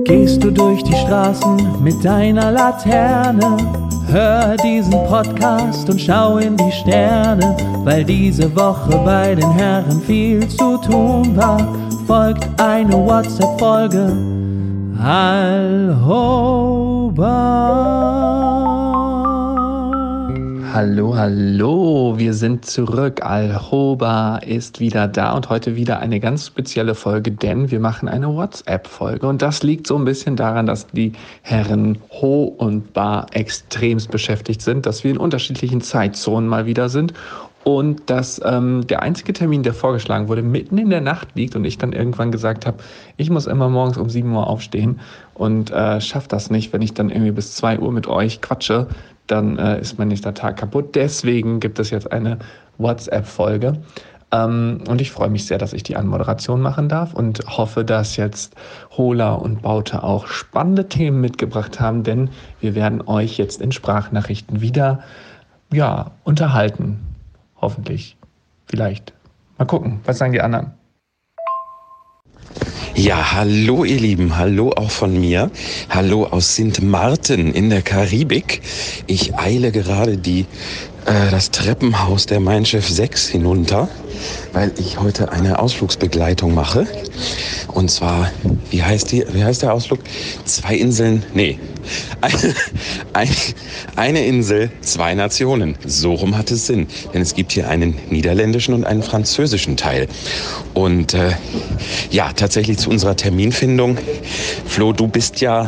Gehst du durch die Straßen mit deiner Laterne? Hör diesen Podcast und schau in die Sterne, weil diese Woche bei den Herren viel zu tun war. Folgt eine WhatsApp-Folge. Alhoba. Hallo, wir sind zurück. Alhoba ist wieder da und heute wieder eine ganz spezielle Folge, denn wir machen eine WhatsApp-Folge. Und das liegt so ein bisschen daran, dass die Herren Ho und Ba extremst beschäftigt sind, dass wir in unterschiedlichen Zeitzonen mal wieder sind und dass der einzige Termin, der vorgeschlagen wurde, mitten in der Nacht liegt und ich dann irgendwann gesagt habe, ich muss immer morgens um 7 Uhr aufstehen und schaffe das nicht, wenn ich dann irgendwie bis 2 Uhr mit euch quatsche. Dann ist mein nächster Tag kaputt. Deswegen gibt es jetzt eine WhatsApp-Folge. Und ich freue mich sehr, dass ich die Anmoderation machen darf und hoffe, dass jetzt Hola und Baute auch spannende Themen mitgebracht haben, denn wir werden euch jetzt in Sprachnachrichten wieder unterhalten. Hoffentlich. Vielleicht. Mal gucken. Was sagen die anderen? Ja, hallo ihr Lieben, hallo auch von mir. Hallo aus Sint Maarten in der Karibik. Ich eile gerade das Treppenhaus der Mein Schiff 6 hinunter, weil ich heute eine Ausflugsbegleitung mache. Und zwar, wie heißt der Ausflug? Eine Insel, 2 Nationen. So rum hat es Sinn. Denn es gibt hier einen niederländischen und einen französischen Teil. Und tatsächlich zu unserer Terminfindung. Flo, du bist ja,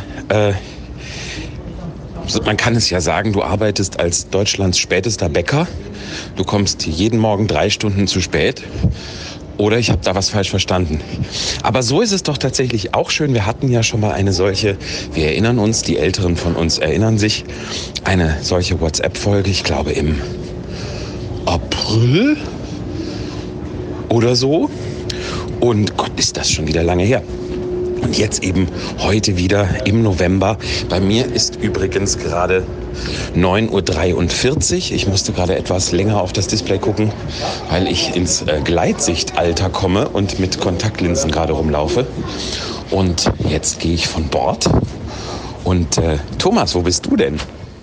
man kann es ja sagen, du arbeitest als Deutschlands spätester Bäcker. Du kommst jeden Morgen 3 Stunden zu spät. Oder ich habe da was falsch verstanden. Aber so ist es doch tatsächlich auch schön. Wir hatten ja schon mal eine solche, wir erinnern uns, die Älteren von uns erinnern sich, eine solche WhatsApp-Folge, ich glaube im April oder so. Und Gott, ist das schon wieder lange her. Und jetzt eben heute wieder im November. Bei mir ist übrigens gerade 9.43 Uhr. Ich musste gerade etwas länger auf das Display gucken, weil ich ins Gleitsichtalter komme und mit Kontaktlinsen gerade rumlaufe. Und jetzt gehe ich von Bord. Und Thomas, wo bist du denn?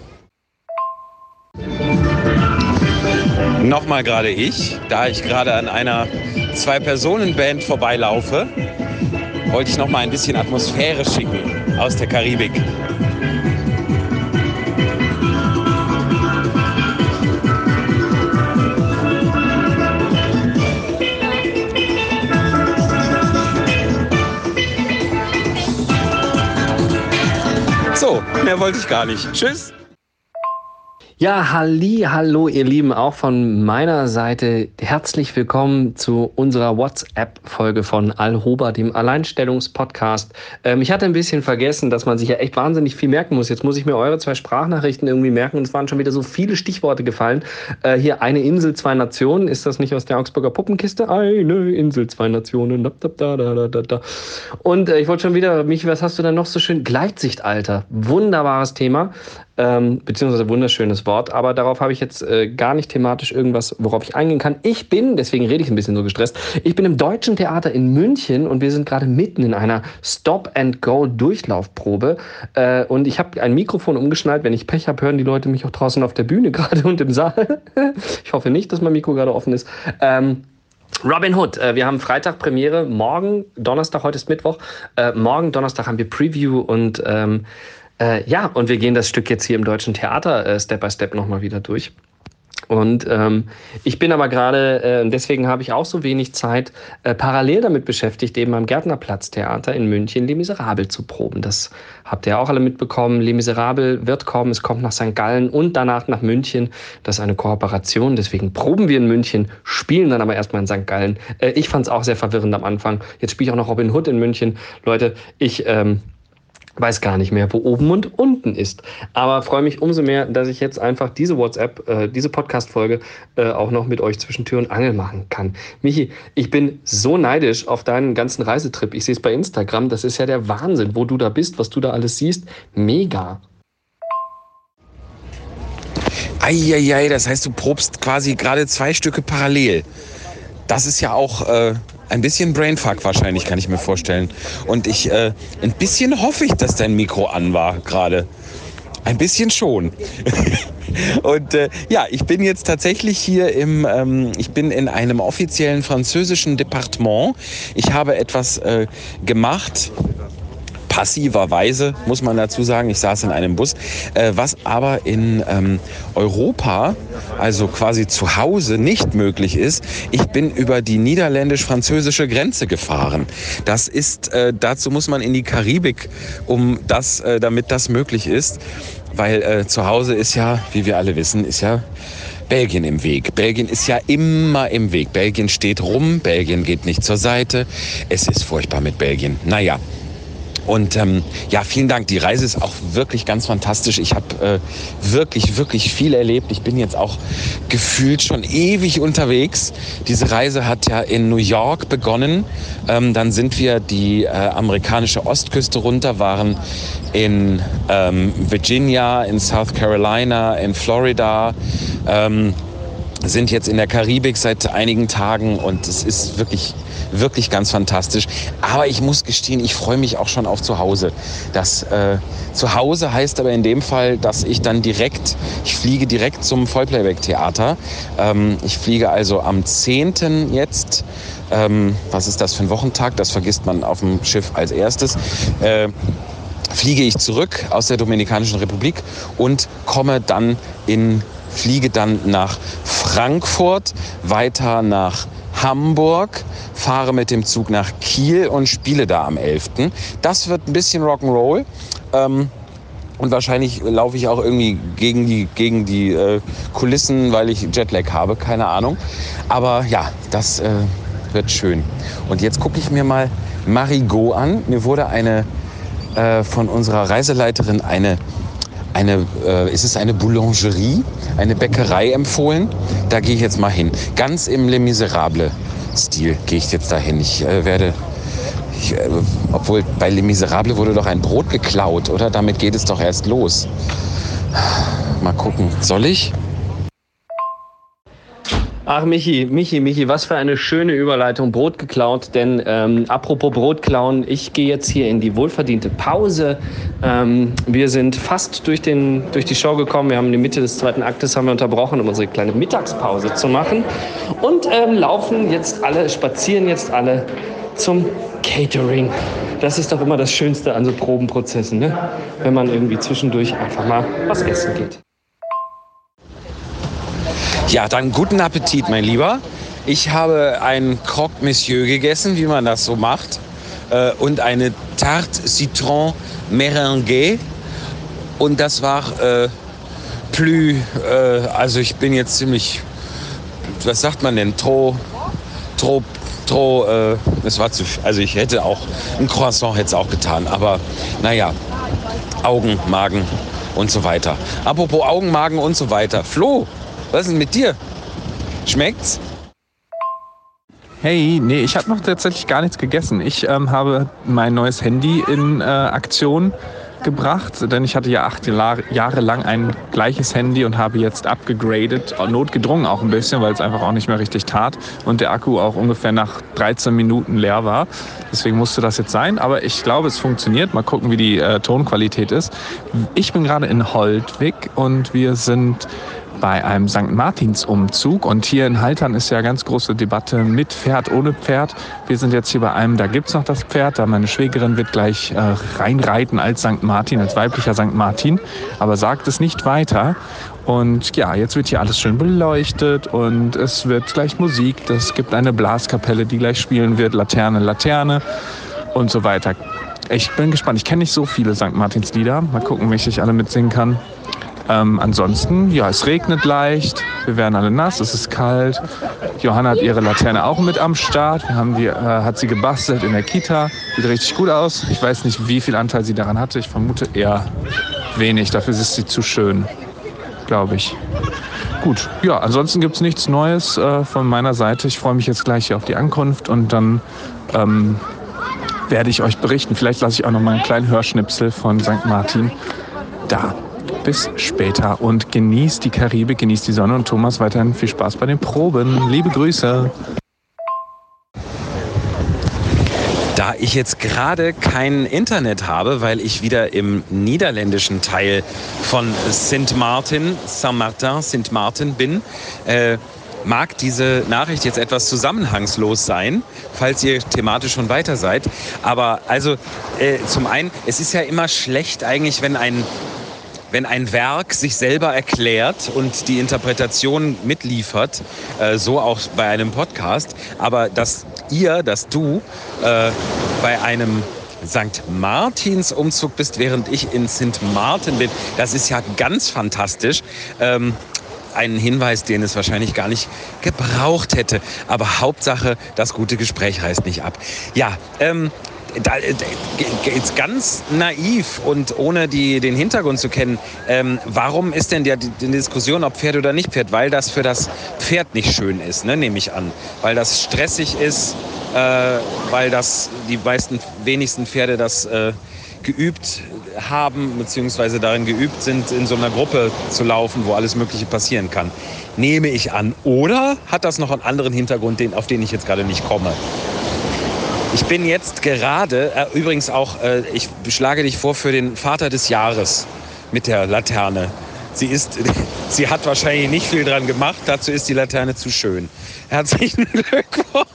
Nochmal gerade da ich gerade an einer 2-Personen-Band vorbeilaufe, wollte ich noch mal ein bisschen Atmosphäre schicken aus der Karibik. So, mehr wollte ich gar nicht. Tschüss. Ja, hallo ihr Lieben, auch von meiner Seite herzlich willkommen zu unserer WhatsApp-Folge von Alhoba, dem Alleinstellungspodcast. Ich hatte ein bisschen vergessen, dass man sich ja echt wahnsinnig viel merken muss. Jetzt muss ich mir eure 2 Sprachnachrichten irgendwie merken und es waren schon wieder so viele Stichworte gefallen. Hier eine Insel, 2 Nationen, ist das nicht aus der Augsburger Puppenkiste? Eine Insel, 2 Nationen. Und ich wollte schon wieder, Michi, was hast du denn noch so schön? Gleitsichtalter, wunderbares Thema. Beziehungsweise wunderschönes Wort, aber darauf habe ich jetzt gar nicht thematisch irgendwas, worauf ich eingehen kann. Deswegen rede ich ein bisschen so gestresst, ich bin im Deutschen Theater in München und wir sind gerade mitten in einer Stop-and-Go-Durchlaufprobe und ich habe ein Mikrofon umgeschnallt. Wenn ich Pech habe, hören die Leute mich auch draußen auf der Bühne gerade und im Saal. Ich hoffe nicht, dass mein Mikro gerade offen ist. Robin Hood, wir haben Freitag Premiere, morgen Donnerstag, heute ist Mittwoch, morgen Donnerstag haben wir Preview und und wir gehen das Stück jetzt hier im Deutschen Theater Step by Step nochmal wieder durch. Und ich bin aber gerade, deswegen habe ich auch so wenig Zeit, parallel damit beschäftigt, eben am Gärtnerplatz-Theater in München Les Miserables zu proben. Das habt ihr auch alle mitbekommen. Les Miserables wird kommen, es kommt nach St. Gallen und danach nach München. Das ist eine Kooperation, deswegen proben wir in München, spielen dann aber erstmal in St. Gallen. Ich fand es auch sehr verwirrend am Anfang. Jetzt spiele ich auch noch Robin Hood in München. Leute, ich weiß gar nicht mehr, wo oben und unten ist. Aber freue mich umso mehr, dass ich jetzt einfach diese diese Podcast-Folge auch noch mit euch zwischen Tür und Angel machen kann. Michi, ich bin so neidisch auf deinen ganzen Reisetrip. Ich sehe es bei Instagram. Das ist ja der Wahnsinn, wo du da bist, was du da alles siehst. Mega. Eieiei, das heißt, du probst quasi gerade 2 Stücke parallel. Das ist ja auch Ein bisschen Brainfuck wahrscheinlich, kann ich mir vorstellen. Und ein bisschen hoffe ich, dass dein Mikro an war gerade. Ein bisschen schon. Und ich bin jetzt tatsächlich hier ich bin in einem offiziellen französischen Departement. Ich habe etwas gemacht. Passiverweise, muss man dazu sagen. Ich saß in einem Bus, was aber in Europa, also quasi zu Hause, nicht möglich ist. Ich bin über die niederländisch-französische Grenze gefahren. Das ist, dazu muss man in die Karibik, damit das möglich ist. Weil zu Hause ist ja, wie wir alle wissen, ist ja Belgien im Weg. Belgien ist ja immer im Weg. Belgien steht rum, Belgien geht nicht zur Seite. Es ist furchtbar mit Belgien. Naja. Und vielen Dank. Die Reise ist auch wirklich ganz fantastisch. Ich habe wirklich, wirklich viel erlebt. Ich bin jetzt auch gefühlt schon ewig unterwegs. Diese Reise hat ja in New York begonnen. Dann sind wir die amerikanische Ostküste runter, waren in Virginia, in South Carolina, in Florida, sind jetzt in der Karibik seit einigen Tagen und es ist wirklich, wirklich ganz fantastisch. Aber ich muss gestehen, ich freue mich auch schon auf zu Hause. Das Zuhause heißt aber in dem Fall, dass ich fliege direkt zum Vollplayback-Theater. Ich fliege also am 10. jetzt. Was ist das für ein Wochentag? Das vergisst man auf dem Schiff als erstes. Fliege ich zurück aus der Dominikanischen Republik und fliege dann nach Frankfurt, weiter nach Hamburg, fahre mit dem Zug nach Kiel und spiele da am 11. Das wird ein bisschen Rock'n'Roll. Und wahrscheinlich laufe ich auch irgendwie gegen die Kulissen, weil ich Jetlag habe, keine Ahnung. Aber ja, das wird schön. Und jetzt gucke ich mir mal Marigot an. Mir wurde von unserer Reiseleiterin ist es eine Boulangerie, eine Bäckerei empfohlen. Da gehe ich jetzt mal hin. Ganz im Les Miserables-Stil gehe ich jetzt dahin. Obwohl bei Les Miserables wurde doch ein Brot geklaut, oder? Damit geht es doch erst los. Mal gucken. Soll ich? Ach, Michi, was für eine schöne Überleitung. Brot geklaut, denn apropos Brot klauen, ich gehe jetzt hier in die wohlverdiente Pause. Wir sind fast durch die Show gekommen. Wir haben in die Mitte des zweiten Aktes unterbrochen, um unsere kleine Mittagspause zu machen. Und spazieren jetzt alle zum Catering. Das ist doch immer das Schönste an so Probenprozessen, ne? Wenn man irgendwie zwischendurch einfach mal was essen geht. Ja, dann guten Appetit, mein Lieber. Ich habe ein Croque Monsieur gegessen, wie man das so macht, und eine Tarte Citron Meringue. Und das war also ich bin jetzt ziemlich, was sagt man denn, es war also ich hätte auch, ein Croissant hätte es auch getan, aber naja, Augen, Magen und so weiter. Apropos Augen, Magen und so weiter. Flo, was ist denn mit dir? Schmeckt's? Hey, nee, ich habe noch tatsächlich gar nichts gegessen. Ich habe mein neues Handy in Aktion gebracht, denn ich hatte ja 8 Jahre lang ein gleiches Handy und habe jetzt abgegradet, notgedrungen auch ein bisschen, weil es einfach auch nicht mehr richtig tat und der Akku auch ungefähr nach 13 Minuten leer war. Deswegen musste das jetzt sein, aber ich glaube, es funktioniert. Mal gucken, wie die Tonqualität ist. Ich bin gerade in Holtwig und wir sind bei einem St. Martins-Umzug und hier in Haltern ist ja ganz große Debatte mit Pferd, ohne Pferd. Wir sind jetzt hier bei einem, da gibt's noch das Pferd, da meine Schwägerin wird gleich reinreiten als St. Martin, als weiblicher St. Martin, aber sagt es nicht weiter. Und ja, jetzt wird hier alles schön beleuchtet und es wird gleich Musik, es gibt eine Blaskapelle, die gleich spielen wird, Laterne und so weiter. Ich bin gespannt, ich kenne nicht so viele St. Martins Lieder, mal gucken, welche ich alle mitsingen kann. Ansonsten, ja, es regnet leicht, wir werden alle nass, es ist kalt. Johanna hat ihre Laterne auch mit am Start. Hat sie gebastelt in der Kita, sieht richtig gut aus. Ich weiß nicht, wie viel Anteil sie daran hatte, ich vermute eher wenig, dafür ist sie zu schön, glaube ich. Gut, ja, ansonsten gibt es nichts Neues von meiner Seite. Ich freue mich jetzt gleich hier auf die Ankunft und dann werde ich euch berichten. Vielleicht lasse ich auch noch mal einen kleinen Hörschnipsel von St. Martin da. Bis später und genießt die Karibik, genießt die Sonne und Thomas weiterhin viel Spaß bei den Proben. Liebe Grüße. Da ich jetzt gerade kein Internet habe, weil ich wieder im niederländischen Teil von Saint-Martin bin, mag diese Nachricht jetzt etwas zusammenhangslos sein, falls ihr thematisch schon weiter seid. Aber also zum einen, es ist ja immer schlecht eigentlich, wenn ein Werk sich selber erklärt und die Interpretation mitliefert, so auch bei einem Podcast. Aber dass du bei einem St. Martins Umzug bist, während ich in St. Martin bin, das ist ja ganz fantastisch. Einen Hinweis, den es wahrscheinlich gar nicht gebraucht hätte. Aber Hauptsache, das gute Gespräch reißt nicht ab. Ja, jetzt ganz naiv und ohne den Hintergrund zu kennen, warum ist denn die Diskussion, ob Pferd oder nicht Pferd? Weil das für das Pferd nicht schön ist, ne, nehme ich an. Weil das stressig ist, weil das die wenigsten Pferde das geübt haben, beziehungsweise darin geübt sind, in so einer Gruppe zu laufen, wo alles Mögliche passieren kann. Nehme ich an. Oder hat das noch einen anderen Hintergrund, auf den ich jetzt gerade nicht komme? Ich bin jetzt gerade, übrigens auch, ich schlage dich vor für den Vater des Jahres mit der Laterne. Sie hat wahrscheinlich nicht viel dran gemacht, dazu ist die Laterne zu schön. Herzlichen Glückwunsch!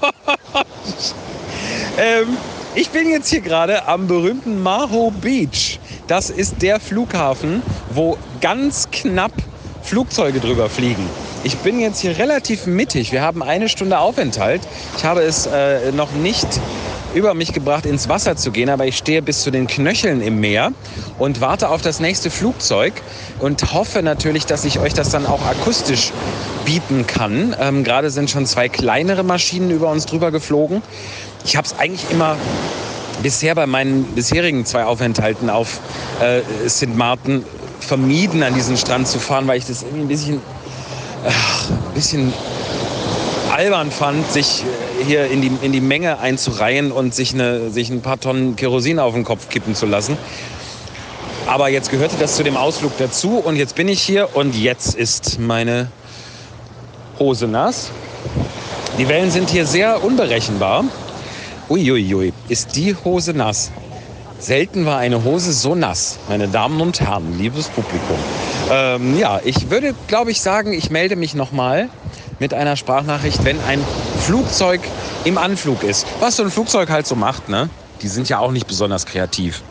Ich bin jetzt hier gerade am berühmten Maho Beach. Das ist der Flughafen, wo ganz knapp Flugzeuge drüber fliegen. Ich bin jetzt hier relativ mittig. Wir haben 1 Stunde Aufenthalt. Ich habe es noch nicht über mich gebracht, ins Wasser zu gehen, aber ich stehe bis zu den Knöcheln im Meer und warte auf das nächste Flugzeug und hoffe natürlich, dass ich euch das dann auch akustisch bieten kann. Gerade sind schon 2 kleinere Maschinen über uns drüber geflogen. Ich habe es eigentlich immer bisher bei meinen bisherigen 2 Aufenthalten auf St. Martin vermieden, an diesen Strand zu fahren, weil ich das irgendwie ein bisschen albern fand, sich hier in die Menge einzureihen und sich ein paar Tonnen Kerosin auf den Kopf kippen zu lassen. Aber jetzt gehörte das zu dem Ausflug dazu und jetzt bin ich hier und jetzt ist meine Hose nass. Die Wellen sind hier sehr unberechenbar. Uiuiui, ist die Hose nass. Selten war eine Hose so nass, meine Damen und Herren, liebes Publikum. Ich würde, glaube ich, sagen, ich melde mich nochmal mit einer Sprachnachricht, wenn ein Flugzeug im Anflug ist. Was so ein Flugzeug halt so macht, ne? Die sind ja auch nicht besonders kreativ.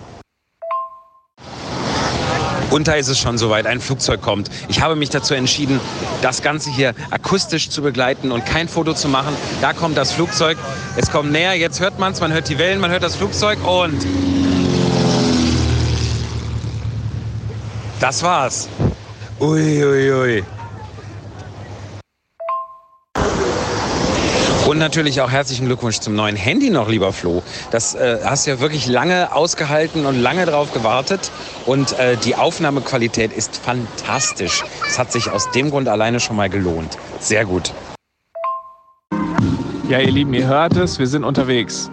Und da ist es schon soweit, ein Flugzeug kommt. Ich habe mich dazu entschieden, das Ganze hier akustisch zu begleiten und kein Foto zu machen. Da kommt das Flugzeug, es kommt näher, jetzt hört man es, man hört die Wellen, man hört das Flugzeug und das war's. Uiuiui. Und natürlich auch herzlichen Glückwunsch zum neuen Handy noch, lieber Flo. Das hast du ja wirklich lange ausgehalten und lange darauf gewartet. Und die Aufnahmequalität ist fantastisch. Es hat sich aus dem Grund alleine schon mal gelohnt. Sehr gut. Ja, ihr Lieben, ihr hört es, wir sind unterwegs.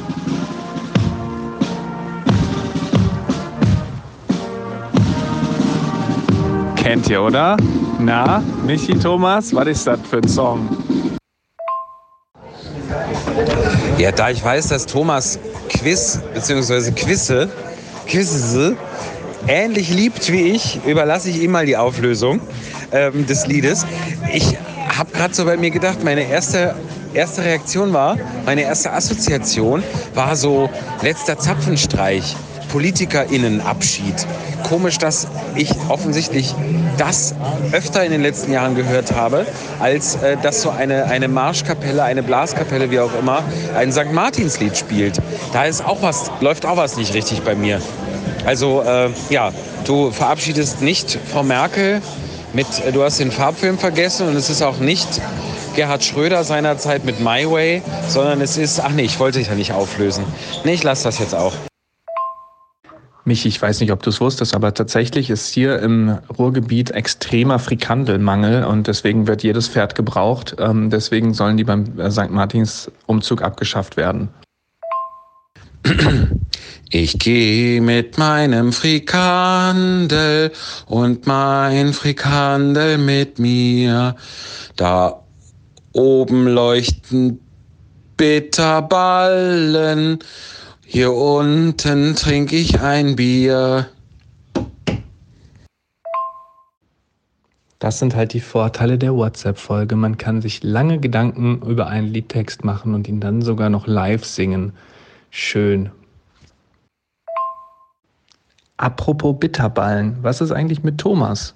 Kennt ihr, oder? Na, Michi, Thomas, was ist das für ein Song? Ja, da ich weiß, dass Thomas Quiz bzw. Quizze ähnlich liebt wie ich, überlasse ich ihm mal die Auflösung des Liedes. Ich habe gerade so bei mir gedacht, meine erste Reaktion war, meine erste Assoziation war so letzter Zapfenstreich, PolitikerInnen-Abschied. Komisch, dass ich offensichtlich das öfter in den letzten Jahren gehört habe, als dass so eine Marschkapelle, eine Blaskapelle, wie auch immer, ein St. Martins-Lied spielt. Da ist läuft auch was nicht richtig bei mir. Also du verabschiedest nicht Frau Merkel du hast den Farbfilm vergessen und es ist auch nicht Gerhard Schröder seinerzeit mit My Way, sondern es ist, ich wollte dich ja nicht auflösen. Nee, ich lasse das jetzt auch. Michi, ich weiß nicht, ob du es wusstest, aber tatsächlich ist hier im Ruhrgebiet extremer Frikandelmangel und deswegen wird jedes Pferd gebraucht. Deswegen sollen die beim St. Martins Umzug abgeschafft werden. Ich gehe mit meinem Frikandel und mein Frikandel mit mir. Da oben leuchten Bitterballen. Hier unten trinke ich ein Bier. Das sind halt die Vorteile der WhatsApp-Folge. Man kann sich lange Gedanken über einen Liedtext machen und ihn dann sogar noch live singen. Schön. Apropos Bitterballen, was ist eigentlich mit Thomas?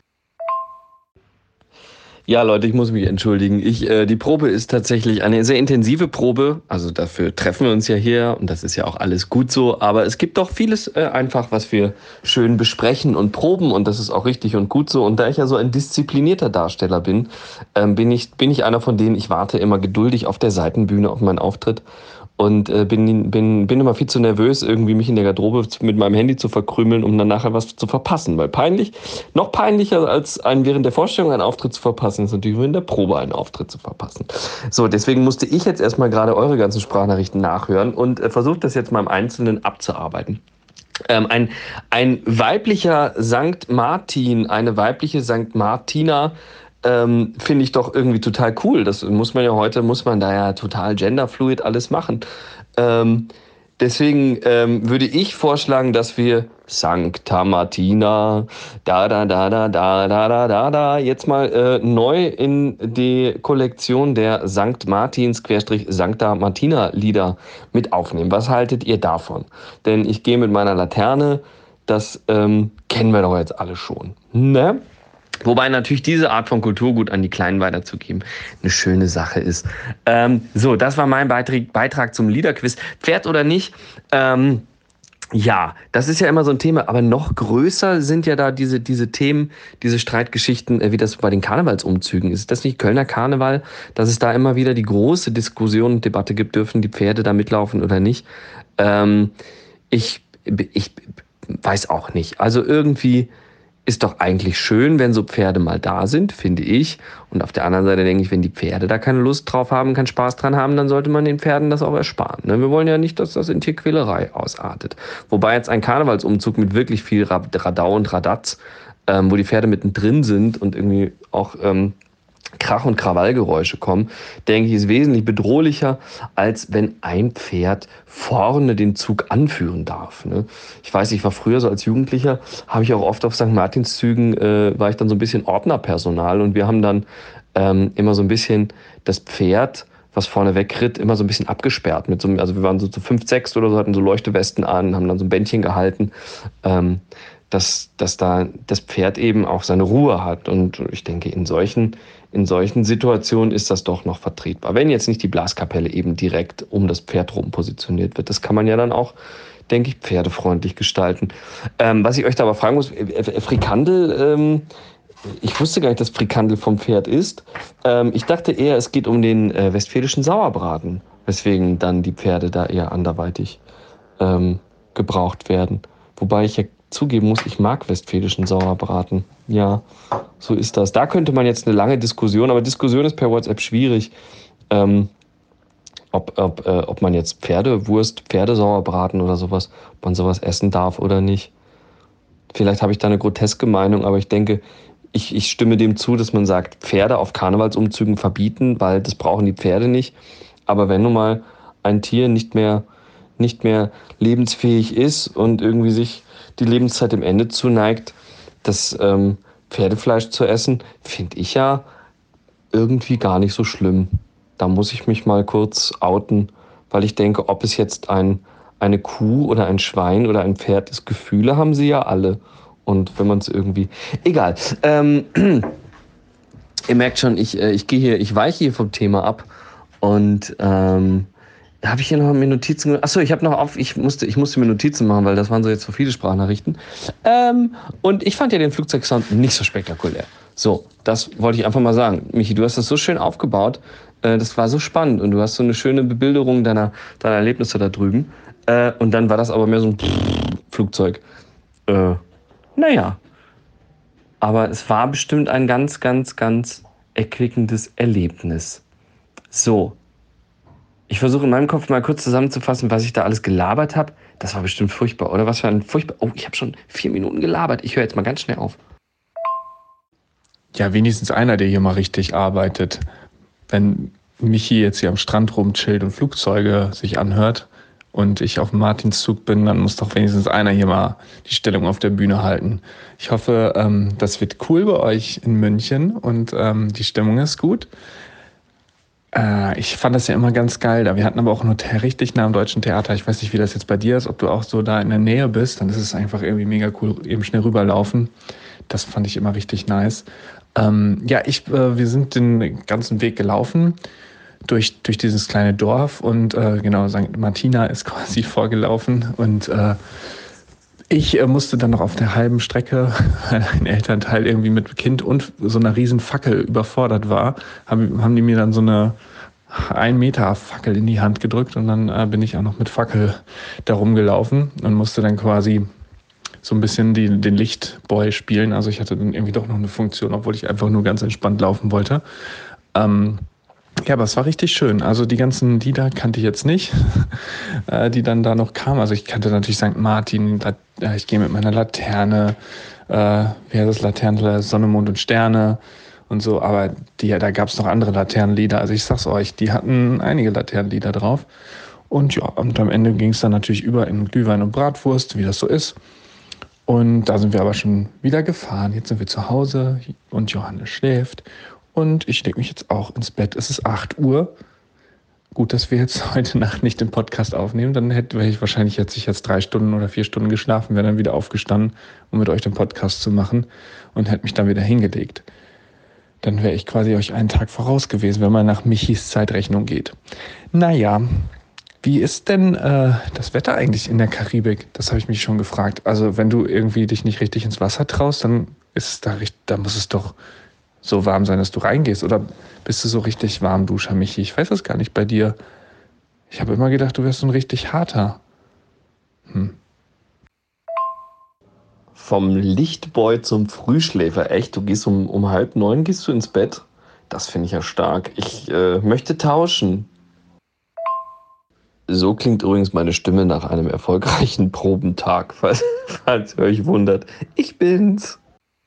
Ja, Leute, ich muss mich entschuldigen. Die Probe ist tatsächlich eine sehr intensive Probe. Also dafür treffen wir uns ja hier und das ist ja auch alles gut so. Aber es gibt doch vieles einfach, was wir schön besprechen und proben und das ist auch richtig und gut so. Und da ich ja so ein disziplinierter Darsteller bin, bin ich einer von denen, ich warte immer geduldig auf der Seitenbühne auf meinen Auftritt. Und bin immer viel zu nervös, irgendwie mich in der Garderobe mit meinem Handy zu verkrümeln, um dann nachher was zu verpassen. Weil noch peinlicher als während der Vorstellung einen Auftritt zu verpassen, ist natürlich während der Probe einen Auftritt zu verpassen. So, deswegen musste ich jetzt erstmal gerade eure ganzen Sprachnachrichten nachhören und versucht das jetzt mal im Einzelnen abzuarbeiten. Ein weiblicher Sankt Martin, eine weibliche Sankt Martina, finde ich doch irgendwie total cool. Das muss man da ja total genderfluid alles machen. Deswegen würde ich vorschlagen, dass wir Sancta Martina, da, jetzt mal neu in die Kollektion der Sankt Martins / Sancta Martina Lieder mit aufnehmen. Was haltet ihr davon? Denn ich gehe mit meiner Laterne, das kennen wir doch jetzt alle schon. Ne? Wobei natürlich diese Art von Kulturgut an die Kleinen weiterzugeben eine schöne Sache ist. So, das war mein Beitrag zum Liederquiz. Pferd oder nicht? Ja, das ist ja immer so ein Thema, aber noch größer sind ja da diese Themen, diese Streitgeschichten, wie das bei den Karnevalsumzügen ist. Ist das nicht Kölner Karneval, dass es da immer wieder die große Diskussion und Debatte gibt, dürfen die Pferde da mitlaufen oder nicht? Ich weiß auch nicht. Also irgendwie ist doch eigentlich schön, wenn so Pferde mal da sind, finde ich. Und auf der anderen Seite denke ich, wenn die Pferde da keine Lust drauf haben, keinen Spaß dran haben, dann sollte man den Pferden das auch ersparen. Ne? Wir wollen ja nicht, dass das in Tierquälerei ausartet. Wobei jetzt ein Karnevalsumzug mit wirklich viel Radau und Radatz, wo die Pferde mittendrin sind und irgendwie auch Krach- und Krawallgeräusche kommen, denke ich, ist wesentlich bedrohlicher, als wenn ein Pferd vorne den Zug anführen darf. Ne? Ich weiß, ich war früher so als Jugendlicher, habe ich auch oft auf St. Martinszügen, war ich dann so ein bisschen Ordnerpersonal und wir haben dann immer so ein bisschen das Pferd, was vorne wegritt, immer so ein bisschen abgesperrt. Also wir waren so zu 5, 6 oder so, hatten so Leuchtewesten an, haben dann so ein Bändchen gehalten, dass da das Pferd eben auch seine Ruhe hat. Und ich denke, in solchen Situationen ist das doch noch vertretbar. Wenn jetzt nicht die Blaskapelle eben direkt um das Pferd rum positioniert wird. Das kann man ja dann auch, denke ich, pferdefreundlich gestalten. Was ich euch da aber fragen muss, Frikandel, ich wusste gar nicht, dass Frikandel vom Pferd ist. Ich dachte eher, es geht um den westfälischen Sauerbraten, weswegen dann die Pferde da eher anderweitig gebraucht werden. Wobei ich ja zugeben muss, ich mag westfälischen Sauerbraten. Ja, so ist das. Da könnte man jetzt eine lange Diskussion, aber Diskussion ist per WhatsApp schwierig, ob man jetzt Pferdewurst, Pferdesauerbraten oder sowas, ob man sowas essen darf oder nicht. Vielleicht habe ich da eine groteske Meinung, aber ich denke, ich stimme dem zu, dass man sagt, Pferde auf Karnevalsumzügen verbieten, weil das brauchen die Pferde nicht. Aber wenn nun mal ein Tier nicht mehr lebensfähig ist und irgendwie sich die Lebenszeit dem Ende zuneigt, das Pferdefleisch zu essen, finde ich ja irgendwie gar nicht so schlimm. Da muss ich mich mal kurz outen, weil ich denke, ob es jetzt eine Kuh oder ein Schwein oder ein Pferd ist, Gefühle haben sie ja alle. Und wenn man es irgendwie... Egal. Ihr merkt schon, ich weiche hier vom Thema ab und habe ich hier noch mir Notizen gemacht? Achso, ich musste mir Notizen machen, weil das waren so jetzt so viele Sprachnachrichten. Und ich fand ja den Flugzeugsound nicht so spektakulär. So, das wollte ich einfach mal sagen. Michi, du hast das so schön aufgebaut. Das war so spannend und du hast so eine schöne Bebilderung deiner Erlebnisse da drüben. Und dann war das aber mehr so ein Flugzeug. Naja. Aber es war bestimmt ein ganz, ganz, ganz erquickendes Erlebnis. So. Ich versuche in meinem Kopf mal kurz zusammenzufassen, was ich da alles gelabert habe. Das war bestimmt furchtbar, oder? Was für ein furchtbar... Oh, ich habe schon 4 Minuten gelabert. Ich höre jetzt mal ganz schnell auf. Ja, wenigstens einer, der hier mal richtig arbeitet. Wenn Michi jetzt hier am Strand rumchillt und Flugzeuge sich anhört und ich auf dem Martinszug bin, dann muss doch wenigstens einer hier mal die Stellung auf der Bühne halten. Ich hoffe, das wird cool bei euch in München und die Stimmung ist gut. Ich fand das ja immer ganz geil da. Wir hatten aber auch ein Hotel richtig nah am Deutschen Theater. Ich weiß nicht, wie das jetzt bei dir ist, ob du auch so da in der Nähe bist. Dann ist es einfach irgendwie mega cool, eben schnell rüberlaufen. Das fand ich immer richtig nice. Wir sind den ganzen Weg gelaufen durch dieses kleine Dorf und genau, St. Martina ist quasi vorgelaufen und ich musste dann noch auf der halben Strecke, weil ein Elternteil irgendwie mit Kind und so einer riesen Fackel überfordert war, haben die mir dann so eine 1 Meter Fackel in die Hand gedrückt und dann bin ich auch noch mit Fackel da rumgelaufen und musste dann quasi so ein bisschen den Lichtboy spielen. Also ich hatte dann irgendwie doch noch eine Funktion, obwohl ich einfach nur ganz entspannt laufen wollte. Aber es war richtig schön. Also die ganzen Lieder kannte ich jetzt nicht, die dann da noch kamen. Also ich kannte natürlich St. Martin, ich gehe mit meiner Laterne, wie heißt das, Laterne, Sonne, Mond und Sterne und so. Aber da gab es noch andere Laternenlieder. Also ich sag's euch, die hatten einige Laternenlieder drauf. Und ja, und am Ende ging es dann natürlich über in Glühwein und Bratwurst, wie das so ist. Und da sind wir aber schon wieder gefahren. Jetzt sind wir zu Hause und Johannes schläft. Und ich lege mich jetzt auch ins Bett. Es ist 8 Uhr. Gut, dass wir jetzt heute Nacht nicht den Podcast aufnehmen. Dann wäre ich wahrscheinlich jetzt 3 Stunden oder 4 Stunden geschlafen, wäre dann wieder aufgestanden, um mit euch den Podcast zu machen und hätte mich dann wieder hingelegt. Dann wäre ich quasi euch einen Tag voraus gewesen, wenn man nach Michis Zeitrechnung geht. Naja, wie ist denn das Wetter eigentlich in der Karibik? Das habe ich mich schon gefragt. Also wenn du irgendwie dich nicht richtig ins Wasser traust, dann da muss es doch so warm sein, dass du reingehst. Oder bist du so richtig Warmduscher, Michi? Ich weiß das gar nicht bei dir. Ich habe immer gedacht, du wärst so ein richtig harter. Vom Lichtboy zum Frühschläfer. Echt? Du gehst um 8:30 gehst du ins Bett? Das finde ich ja stark. Ich möchte tauschen. So klingt übrigens meine Stimme nach einem erfolgreichen Probentag, falls ihr euch wundert. Ich bin's.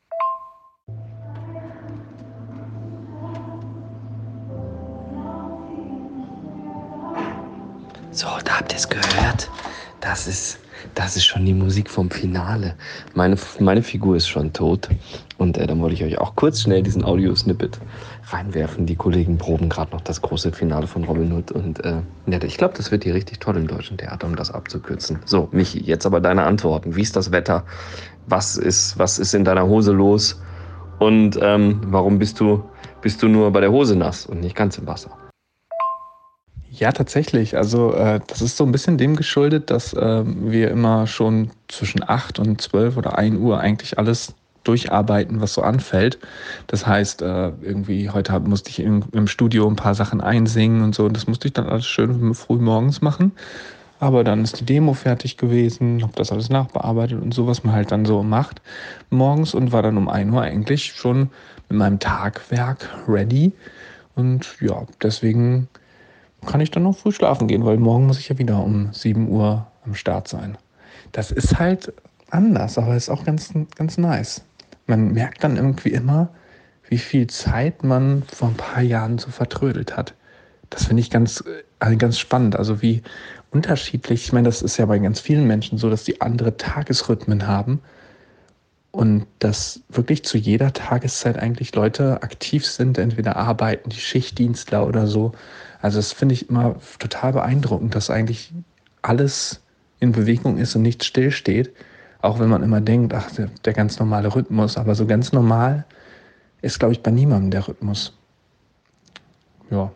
So, da habt ihr es gehört. Das ist schon die Musik vom Finale. Meine Figur ist schon tot. Und dann wollte ich euch auch kurz schnell diesen Audio-Snippet reinwerfen. Die Kollegen proben gerade noch das große Finale von Robin Hood. Und ich glaube, das wird hier richtig toll im Deutschen Theater, um das abzukürzen. So, Michi, jetzt aber deine Antworten. Wie ist das Wetter? Was ist in deiner Hose los? Und warum bist du nur bei der Hose nass und nicht ganz im Wasser? Ja, tatsächlich. Also das ist so ein bisschen dem geschuldet, dass wir immer schon zwischen 8 und 12 oder 1 Uhr eigentlich alles durcharbeiten, was so anfällt. Das heißt, irgendwie heute musste ich im Studio ein paar Sachen einsingen und so. Und das musste ich dann alles schön früh morgens machen. Aber dann ist die Demo fertig gewesen, habe das alles nachbearbeitet und so, was man halt dann so macht morgens und war dann um 1 Uhr eigentlich schon mit meinem Tagwerk ready. Und ja, deswegen kann ich dann noch früh schlafen gehen, weil morgen muss ich ja wieder um 7 Uhr am Start sein. Das ist halt anders, aber ist auch ganz, ganz nice. Man merkt dann irgendwie immer, wie viel Zeit man vor ein paar Jahren so vertrödelt hat. Das finde ich ganz spannend. Also wie unterschiedlich, ich meine, das ist ja bei ganz vielen Menschen so, dass die andere Tagesrhythmen haben und dass wirklich zu jeder Tageszeit eigentlich Leute aktiv sind, entweder arbeiten, die Schichtdienstler oder so. Also das finde ich immer total beeindruckend, dass eigentlich alles in Bewegung ist und nichts stillsteht. Auch wenn man immer denkt, ach, der ganz normale Rhythmus. Aber so ganz normal ist, glaube ich, bei niemandem der Rhythmus. Ja.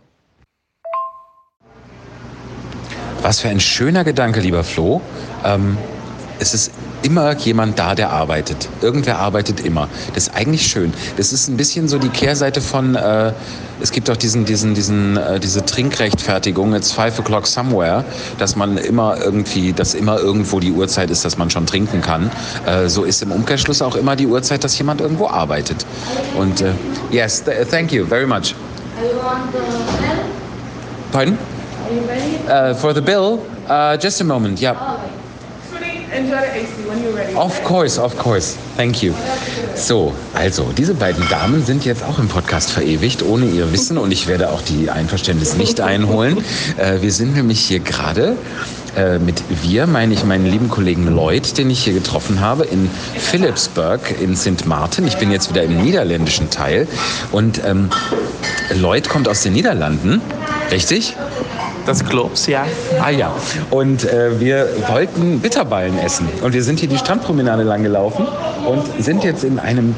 Was für ein schöner Gedanke, lieber Flo. Es ist immer jemand da, der arbeitet. Irgendwer arbeitet immer. Das ist eigentlich schön. Das ist ein bisschen so die Kehrseite von, es gibt auch diese Trinkrechtfertigung, it's 5 o'clock somewhere, dass man dass immer irgendwo die Uhrzeit ist, dass man schon trinken kann. So ist im Umkehrschluss auch immer die Uhrzeit, dass jemand irgendwo arbeitet. Und yes, thank you very much. Are you on the bill? Pardon? Are you ready? For the bill? Just a moment, yeah. Oh, wait. Enjoy the AC when you're ready. Of course. Thank you. So, also, diese beiden Damen sind jetzt auch im Podcast verewigt, ohne ihr Wissen. Und ich werde auch die Einverständnis nicht einholen. Wir sind nämlich hier gerade mit meine ich meinen lieben Kollegen Lloyd, den ich hier getroffen habe, in Philipsburg in St. Martin. Ich bin jetzt wieder im niederländischen Teil. Und Lloyd kommt aus den Niederlanden, richtig? Das klopft, ja. Ah ja, und wir wollten Bitterballen essen. Und wir sind hier die Strandpromenade lang gelaufen und sind jetzt in einem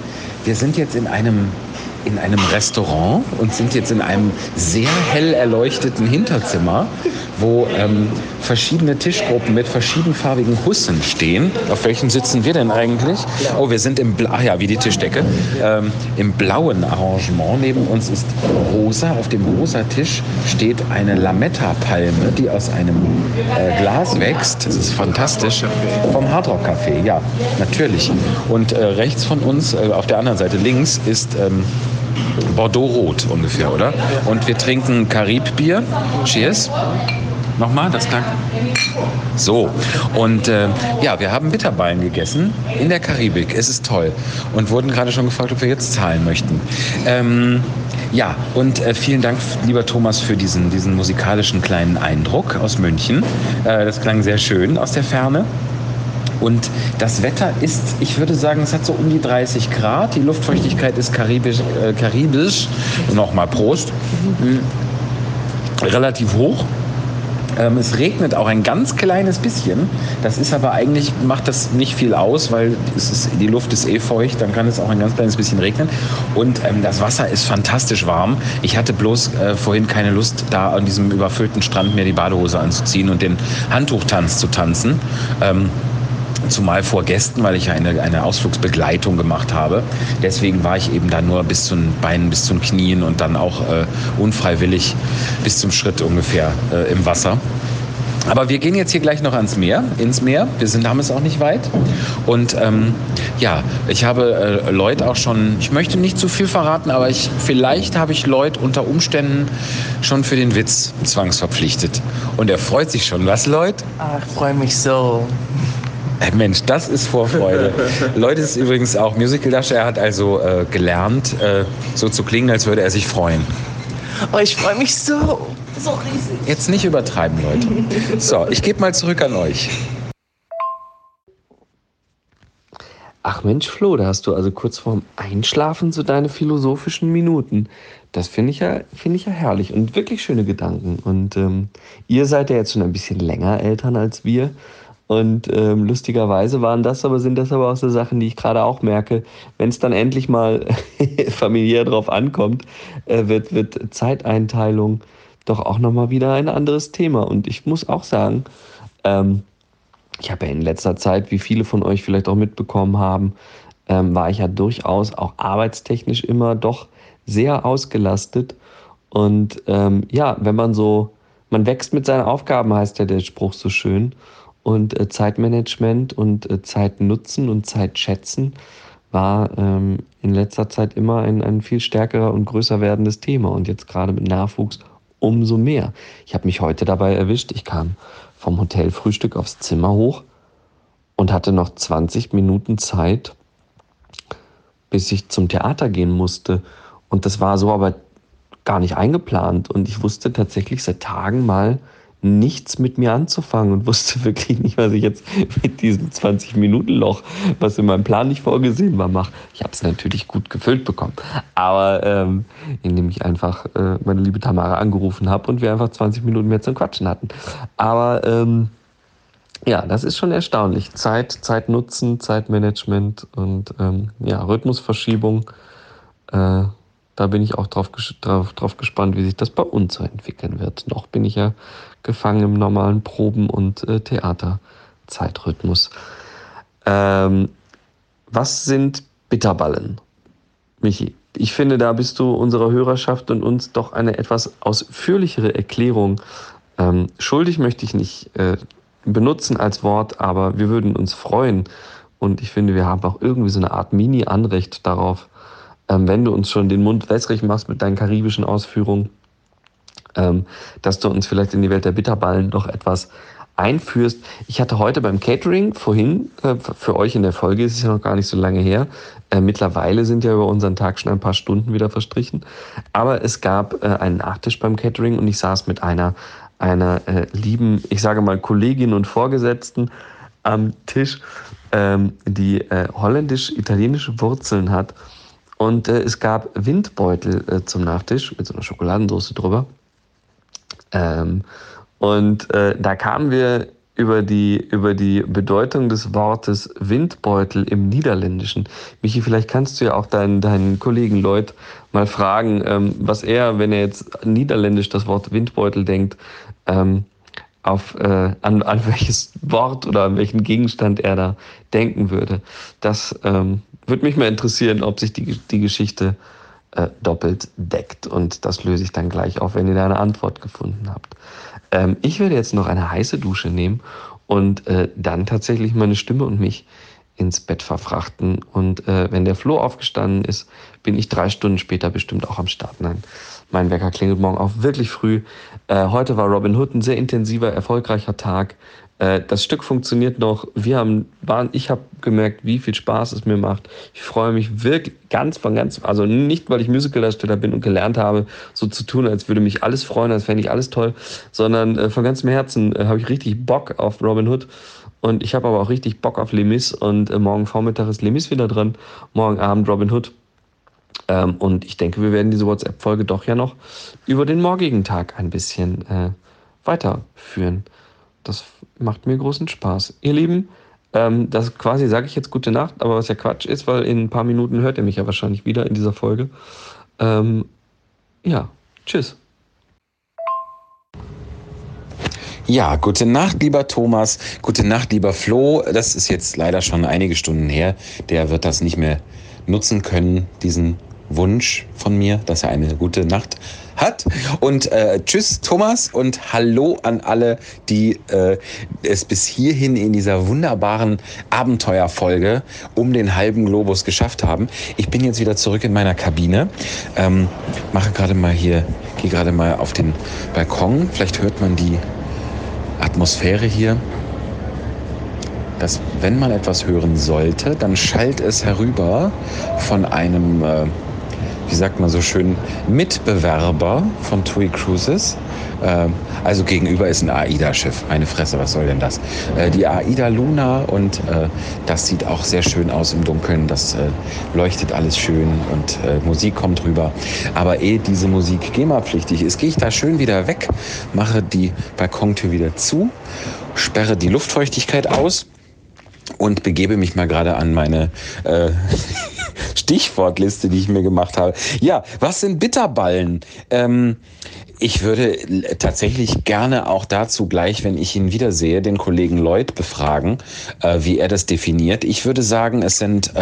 Restaurant und sind jetzt in einem sehr hell erleuchteten Hinterzimmer, wo verschiedene Tischgruppen mit verschiedenfarbigen Hussen stehen. Auf welchen sitzen wir denn eigentlich? Oh, wir sind wie die Tischdecke. Im blauen Arrangement. Neben uns ist rosa. Auf dem rosa Tisch steht eine Lametta-Palme, die aus einem Glas wächst. Das ist fantastisch. Vom Hard Rock Café, ja, natürlich. Und rechts von uns, auf der anderen Seite links, ist Bordeaux-Rot ungefähr, oder? Und wir trinken Karib-Bier. Cheers. Nochmal, das klang. So, und wir haben Bitterballen gegessen in der Karibik. Es ist toll. Und wurden gerade schon gefragt, ob wir jetzt zahlen möchten. Vielen Dank, lieber Thomas, für diesen musikalischen kleinen Eindruck aus München. Das klang sehr schön aus der Ferne. Und das Wetter ist, ich würde sagen, es hat so um die 30 Grad. Die Luftfeuchtigkeit ist karibisch. Nochmal Prost. Relativ hoch. Es regnet auch ein ganz kleines bisschen. Das ist aber eigentlich, macht das nicht viel aus, weil die Luft ist feucht, dann kann es auch ein ganz kleines bisschen regnen. Und das Wasser ist fantastisch warm. Ich hatte bloß vorhin keine Lust, da an diesem überfüllten Strand mir die Badehose anzuziehen und den Handtuchtanz zu tanzen. Zumal vor Gästen, weil ich ja eine Ausflugsbegleitung gemacht habe. Deswegen war ich eben da nur bis zu den Beinen, bis zu den Knien und dann auch unfreiwillig bis zum Schritt ungefähr im Wasser. Aber wir gehen jetzt hier gleich noch ins Meer. Haben es auch nicht weit. Und ich habe Lloyd auch schon, ich möchte nicht zu viel verraten, aber vielleicht habe ich Lloyd unter Umständen schon für den Witz zwangsverpflichtet. Und er freut sich schon. Was, Lloyd? Ach, ich freue mich so. Mensch, das ist Vorfreude. Lloyd ist übrigens auch Musical-Darsteller. Er hat also gelernt, so zu klingen, als würde er sich freuen. Oh, ich freue mich so riesig. Jetzt nicht übertreiben, Leute. So, ich gebe mal zurück an euch. Ach Mensch, Flo, da hast du also kurz vorm Einschlafen so deine philosophischen Minuten. Das finde ich ja herrlich und wirklich schöne Gedanken. Und ihr seid ja jetzt schon ein bisschen länger Eltern als wir. Und lustigerweise sind das aber auch so Sachen, die ich gerade auch merke, wenn es dann endlich mal familiär drauf ankommt, wird Zeiteinteilung doch auch nochmal wieder ein anderes Thema. Und ich muss auch sagen, ich habe ja in letzter Zeit, wie viele von euch vielleicht auch mitbekommen haben, war ich ja durchaus auch arbeitstechnisch immer doch sehr ausgelastet. Und wenn man wächst mit seinen Aufgaben, heißt ja der Spruch so schön. Und Zeitmanagement und Zeit nutzen und Zeit schätzen war in letzter Zeit immer ein viel stärkerer und größer werdendes Thema. Und jetzt gerade mit Nachwuchs umso mehr. Ich habe mich heute dabei erwischt. Ich kam vom Hotelfrühstück aufs Zimmer hoch und hatte noch 20 Minuten Zeit, bis ich zum Theater gehen musste. Und das war so aber gar nicht eingeplant. Und ich wusste tatsächlich seit Tagen mal nichts mit mir anzufangen und wusste wirklich nicht, was ich jetzt mit diesem 20-Minuten-Loch, was in meinem Plan nicht vorgesehen war, mache. Ich habe es natürlich gut gefüllt bekommen, aber indem ich einfach meine liebe Tamara angerufen habe und wir einfach 20 Minuten mehr zum Quatschen hatten. Aber das ist schon erstaunlich. Zeit nutzen, Zeitmanagement und Rhythmusverschiebung. Da bin ich auch drauf gespannt, wie sich das bei uns so entwickeln wird. Noch bin ich ja gefangen im normalen Proben- und Theaterzeitrhythmus. Was sind Bitterballen, Michi? Ich finde, da bist du unserer Hörerschaft und uns doch eine etwas ausführlichere Erklärung schuldig, möchte ich nicht benutzen als Wort, aber wir würden uns freuen. Und ich finde, wir haben auch irgendwie so eine Art Mini-Anrecht darauf, wenn du uns schon den Mund wässrig machst mit deinen karibischen Ausführungen, dass du uns vielleicht in die Welt der Bitterballen noch etwas einführst. Ich hatte heute beim Catering vorhin, für euch in der Folge ist es ja noch gar nicht so lange her, mittlerweile sind ja über unseren Tag schon ein paar Stunden wieder verstrichen, aber es gab einen Nachtisch beim Catering und ich saß mit einer lieben, ich sage mal Kollegin und Vorgesetzten am Tisch, die holländisch-italienische Wurzeln hat. Und es gab Windbeutel zum Nachtisch mit so einer Schokoladensauce drüber. Da kamen wir über die Bedeutung des Wortes Windbeutel im Niederländischen. Michi, vielleicht kannst du ja auch deinen Kollegen Lloyd mal fragen, was er, wenn er jetzt niederländisch das Wort Windbeutel denkt, an welches Wort oder an welchen Gegenstand er da denken würde. Das würde mich mal interessieren, ob sich die Geschichte doppelt deckt. Und das löse ich dann gleich auf, wenn ihr da eine Antwort gefunden habt. Ich werde jetzt noch eine heiße Dusche nehmen und dann tatsächlich meine Stimme und mich ins Bett verfrachten. Und wenn der Flo aufgestanden ist, bin ich 3 Stunden später bestimmt auch am Start. Nein, mein Wecker klingelt morgen auch wirklich früh. Heute war Robin Hood ein sehr intensiver, erfolgreicher Tag. Das Stück funktioniert noch. Ich habe gemerkt, wie viel Spaß es mir macht. Ich freue mich wirklich also nicht, weil ich Musicaldarsteller bin und gelernt habe, so zu tun, als würde mich alles freuen, als fände ich alles toll, sondern von ganzem Herzen habe ich richtig Bock auf Robin Hood. Und ich habe aber auch richtig Bock auf Les Mis und morgen Vormittag ist Les Mis wieder dran, morgen Abend Robin Hood. Und ich denke, wir werden diese WhatsApp-Folge doch ja noch über den morgigen Tag ein bisschen weiterführen. Das macht mir großen Spaß. Ihr Lieben, das quasi sage ich jetzt gute Nacht, aber was ja Quatsch ist, weil in ein paar Minuten hört ihr mich ja wahrscheinlich wieder in dieser Folge. Tschüss. Ja, gute Nacht, lieber Thomas. Gute Nacht, lieber Flo. Das ist jetzt leider schon einige Stunden her. Der wird das nicht mehr nutzen können, diesen Wunsch von mir, dass er eine gute Nacht hat. Und tschüss, Thomas, und hallo an alle, die es bis hierhin in dieser wunderbaren Abenteuerfolge um den halben Globus geschafft haben. Ich bin jetzt wieder zurück in meiner Kabine. Gehe gerade mal auf den Balkon. Vielleicht hört man die Atmosphäre hier. Dass, wenn man etwas hören sollte, dann schallt es herüber von einem, wie sagt man so schön, Mitbewerber von TUI Cruises. Also gegenüber ist ein AIDA-Schiff. Meine Fresse, was soll denn das? Die AIDA Luna, und das sieht auch sehr schön aus im Dunkeln. Das leuchtet alles schön und Musik kommt rüber. Aber ehe diese Musik GEMA-pflichtig ist, gehe ich da schön wieder weg, mache die Balkontür wieder zu, sperre die Luftfeuchtigkeit aus und begebe mich mal gerade an meine Stichwortliste, die ich mir gemacht habe. Ja, was sind Bitterballen? Ich würde tatsächlich gerne auch dazu gleich, wenn ich ihn wiedersehe, den Kollegen Lloyd befragen, wie er das definiert. Ich würde sagen, es sind,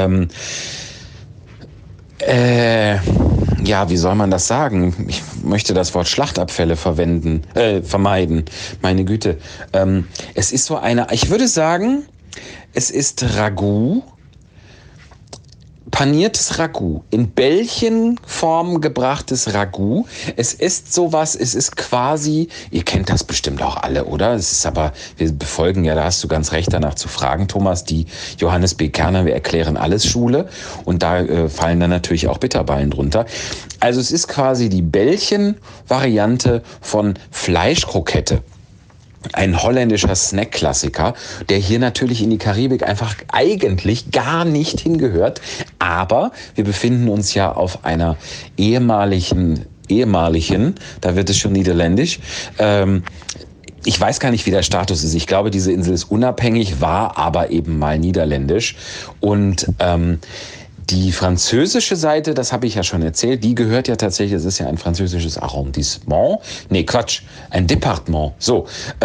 wie soll man das sagen? Ich möchte das Wort Schlachtabfälle vermeiden. Meine Güte. Es ist so ich würde sagen, es ist Ragout, paniertes Ragout, in Bällchenform gebrachtes Ragout. Es ist sowas, es ist quasi, ihr kennt das bestimmt auch alle, oder? Es ist aber, wir befolgen ja, da hast du ganz recht, danach zu fragen, Thomas, die Johannes B. Kerner, wir erklären alles Schule, und da fallen dann natürlich auch Bitterballen drunter. Also es ist quasi die Bällchen-Variante von Fleischkrokette. Ein holländischer Snack-Klassiker, der hier natürlich in die Karibik einfach eigentlich gar nicht hingehört. Aber wir befinden uns ja auf einer ehemaligen, da wird es schon niederländisch. Ich weiß gar nicht, wie der Status ist. Ich glaube, diese Insel ist unabhängig, war aber eben mal niederländisch. Und die französische Seite, das habe ich ja schon erzählt, die gehört ja tatsächlich, es ist ja ein französisches Arrondissement. Nee, Quatsch, ein Departement. So,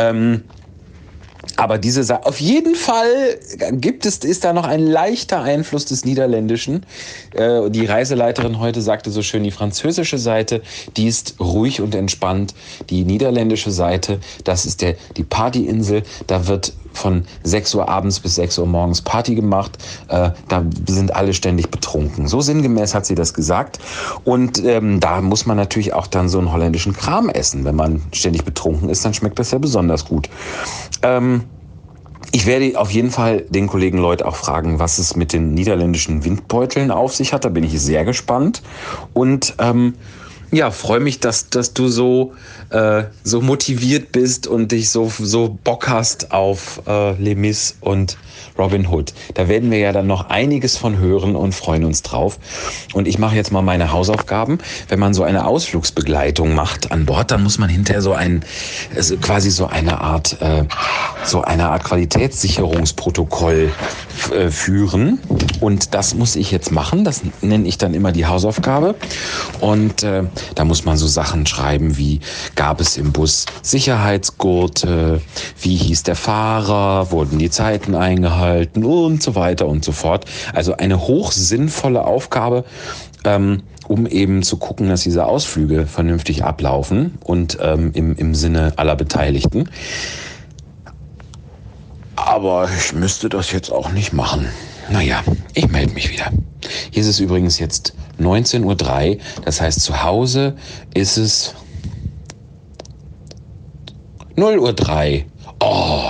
aber diese Seite, auf jeden Fall ist da noch ein leichter Einfluss des Niederländischen. Die Reiseleiterin heute sagte so schön, die französische Seite, die ist ruhig und entspannt. Die niederländische Seite, das ist die Partyinsel, da wird von 6 Uhr abends bis 6 Uhr morgens Party gemacht. Da sind alle ständig betrunken. So sinngemäß hat sie das gesagt. Und da muss man natürlich auch dann so einen holländischen Kram essen. Wenn man ständig betrunken ist, dann schmeckt das ja besonders gut. Ich werde auf jeden Fall den Kollegen Lloyd auch fragen, was es mit den niederländischen Windbeuteln auf sich hat. Da bin ich sehr gespannt. Und freue mich, dass du so motiviert bist und dich so Bock hast auf Les Mis und Robin Hood. Da werden wir ja dann noch einiges von hören und freuen uns drauf. Und ich mache jetzt mal meine Hausaufgaben. Wenn man so eine Ausflugsbegleitung macht an Bord, dann muss man hinterher so eine Art Qualitätssicherungsprotokoll führen. Und das muss ich jetzt machen. Das nenne ich dann immer die Hausaufgabe. Und da muss man so Sachen schreiben wie: Gab es im Bus Sicherheitsgurte? Wie hieß der Fahrer? Wurden die Zeiten eingehalten? Und so weiter und so fort. Also eine hochsinnvolle Aufgabe, um eben zu gucken, dass diese Ausflüge vernünftig ablaufen und im Sinne aller Beteiligten. Aber ich müsste das jetzt auch nicht machen. Naja, ich melde mich wieder. Hier ist es übrigens jetzt 19:03 Uhr. Das heißt, zu Hause ist es 0:03 Uhr. Oh!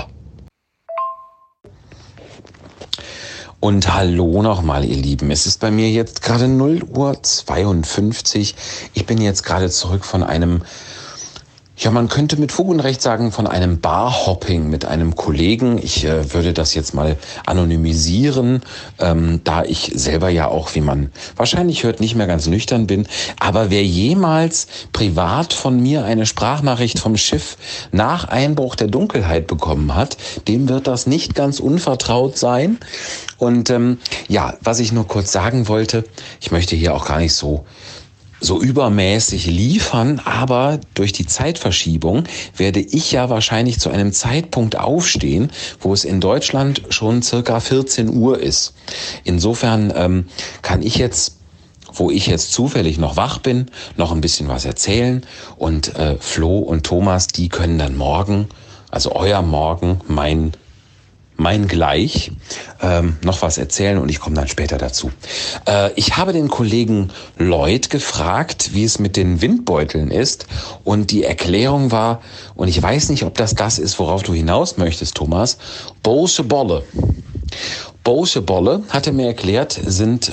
Und hallo nochmal, ihr Lieben. Es ist bei mir jetzt gerade 0:52 Uhr. Ich bin jetzt gerade zurück von einem, man könnte mit Fug und Recht sagen, von einem Barhopping mit einem Kollegen. Ich würde das jetzt mal anonymisieren, da ich selber ja auch, wie man wahrscheinlich hört, nicht mehr ganz nüchtern bin. Aber wer jemals privat von mir eine Sprachnachricht vom Schiff nach Einbruch der Dunkelheit bekommen hat, dem wird das nicht ganz unvertraut sein. Und was ich nur kurz sagen wollte, ich möchte hier auch gar nicht so übermäßig liefern, aber durch die Zeitverschiebung werde ich ja wahrscheinlich zu einem Zeitpunkt aufstehen, wo es in Deutschland schon circa 14 Uhr ist. Insofern kann ich jetzt, wo ich jetzt zufällig noch wach bin, noch ein bisschen was erzählen und Flo und Thomas, die können dann morgen, also euer Morgen, mein gleich, noch was erzählen und ich komme dann später dazu. Ich habe den Kollegen Lloyd gefragt, wie es mit den Windbeuteln ist, und die Erklärung war, und ich weiß nicht, ob das ist, worauf du hinaus möchtest, Thomas, Boze Bolle. Boze Bolle, hat er mir erklärt, sind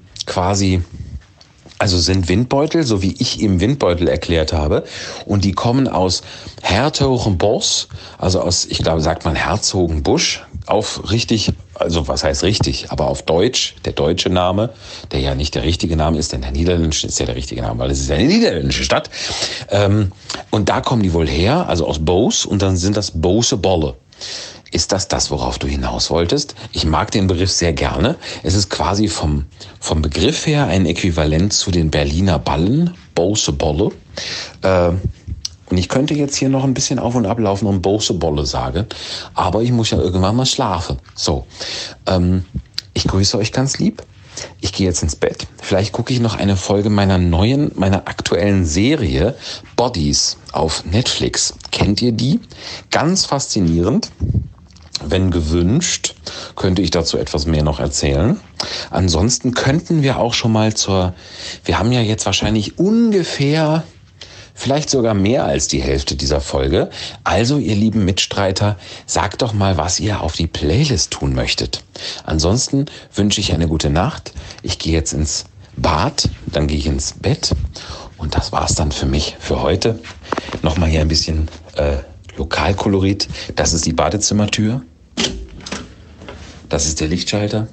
sind Windbeutel, so wie ich ihm Windbeutel erklärt habe. Und die kommen aus Hertogenbosch, also aus, ich glaube, sagt man Herzogenbusch, auf richtig, also was heißt richtig, aber auf Deutsch, der deutsche Name, der ja nicht der richtige Name ist, denn der niederländische ist ja der richtige Name, weil es ist ja eine niederländische Stadt. Und da kommen die wohl her, also aus Boos, und dann sind das Boze Bolle. Ist das, worauf du hinaus wolltest? Ich mag den Begriff sehr gerne. Es ist quasi vom Begriff her ein Äquivalent zu den Berliner Ballen, Boze Bolle. Und ich könnte jetzt hier noch ein bisschen auf und ablaufen und Boze Bolle sagen, aber ich muss ja irgendwann mal schlafen. So, ich grüße euch ganz lieb. Ich gehe jetzt ins Bett. Vielleicht gucke ich noch eine Folge meiner aktuellen Serie Bodies auf Netflix. Kennt ihr die? Ganz faszinierend. Wenn gewünscht, könnte ich dazu etwas mehr noch erzählen. Ansonsten könnten wir auch schon mal wir haben ja jetzt wahrscheinlich ungefähr, vielleicht sogar mehr als die Hälfte dieser Folge. Also, ihr lieben Mitstreiter, sagt doch mal, was ihr auf die Playlist tun möchtet. Ansonsten wünsche ich eine gute Nacht. Ich gehe jetzt ins Bad, dann gehe ich ins Bett. Und das war's dann für mich für heute. Nochmal hier ein bisschen Lokalkolorit. Das ist die Badezimmertür. Das ist der Lichtschalter.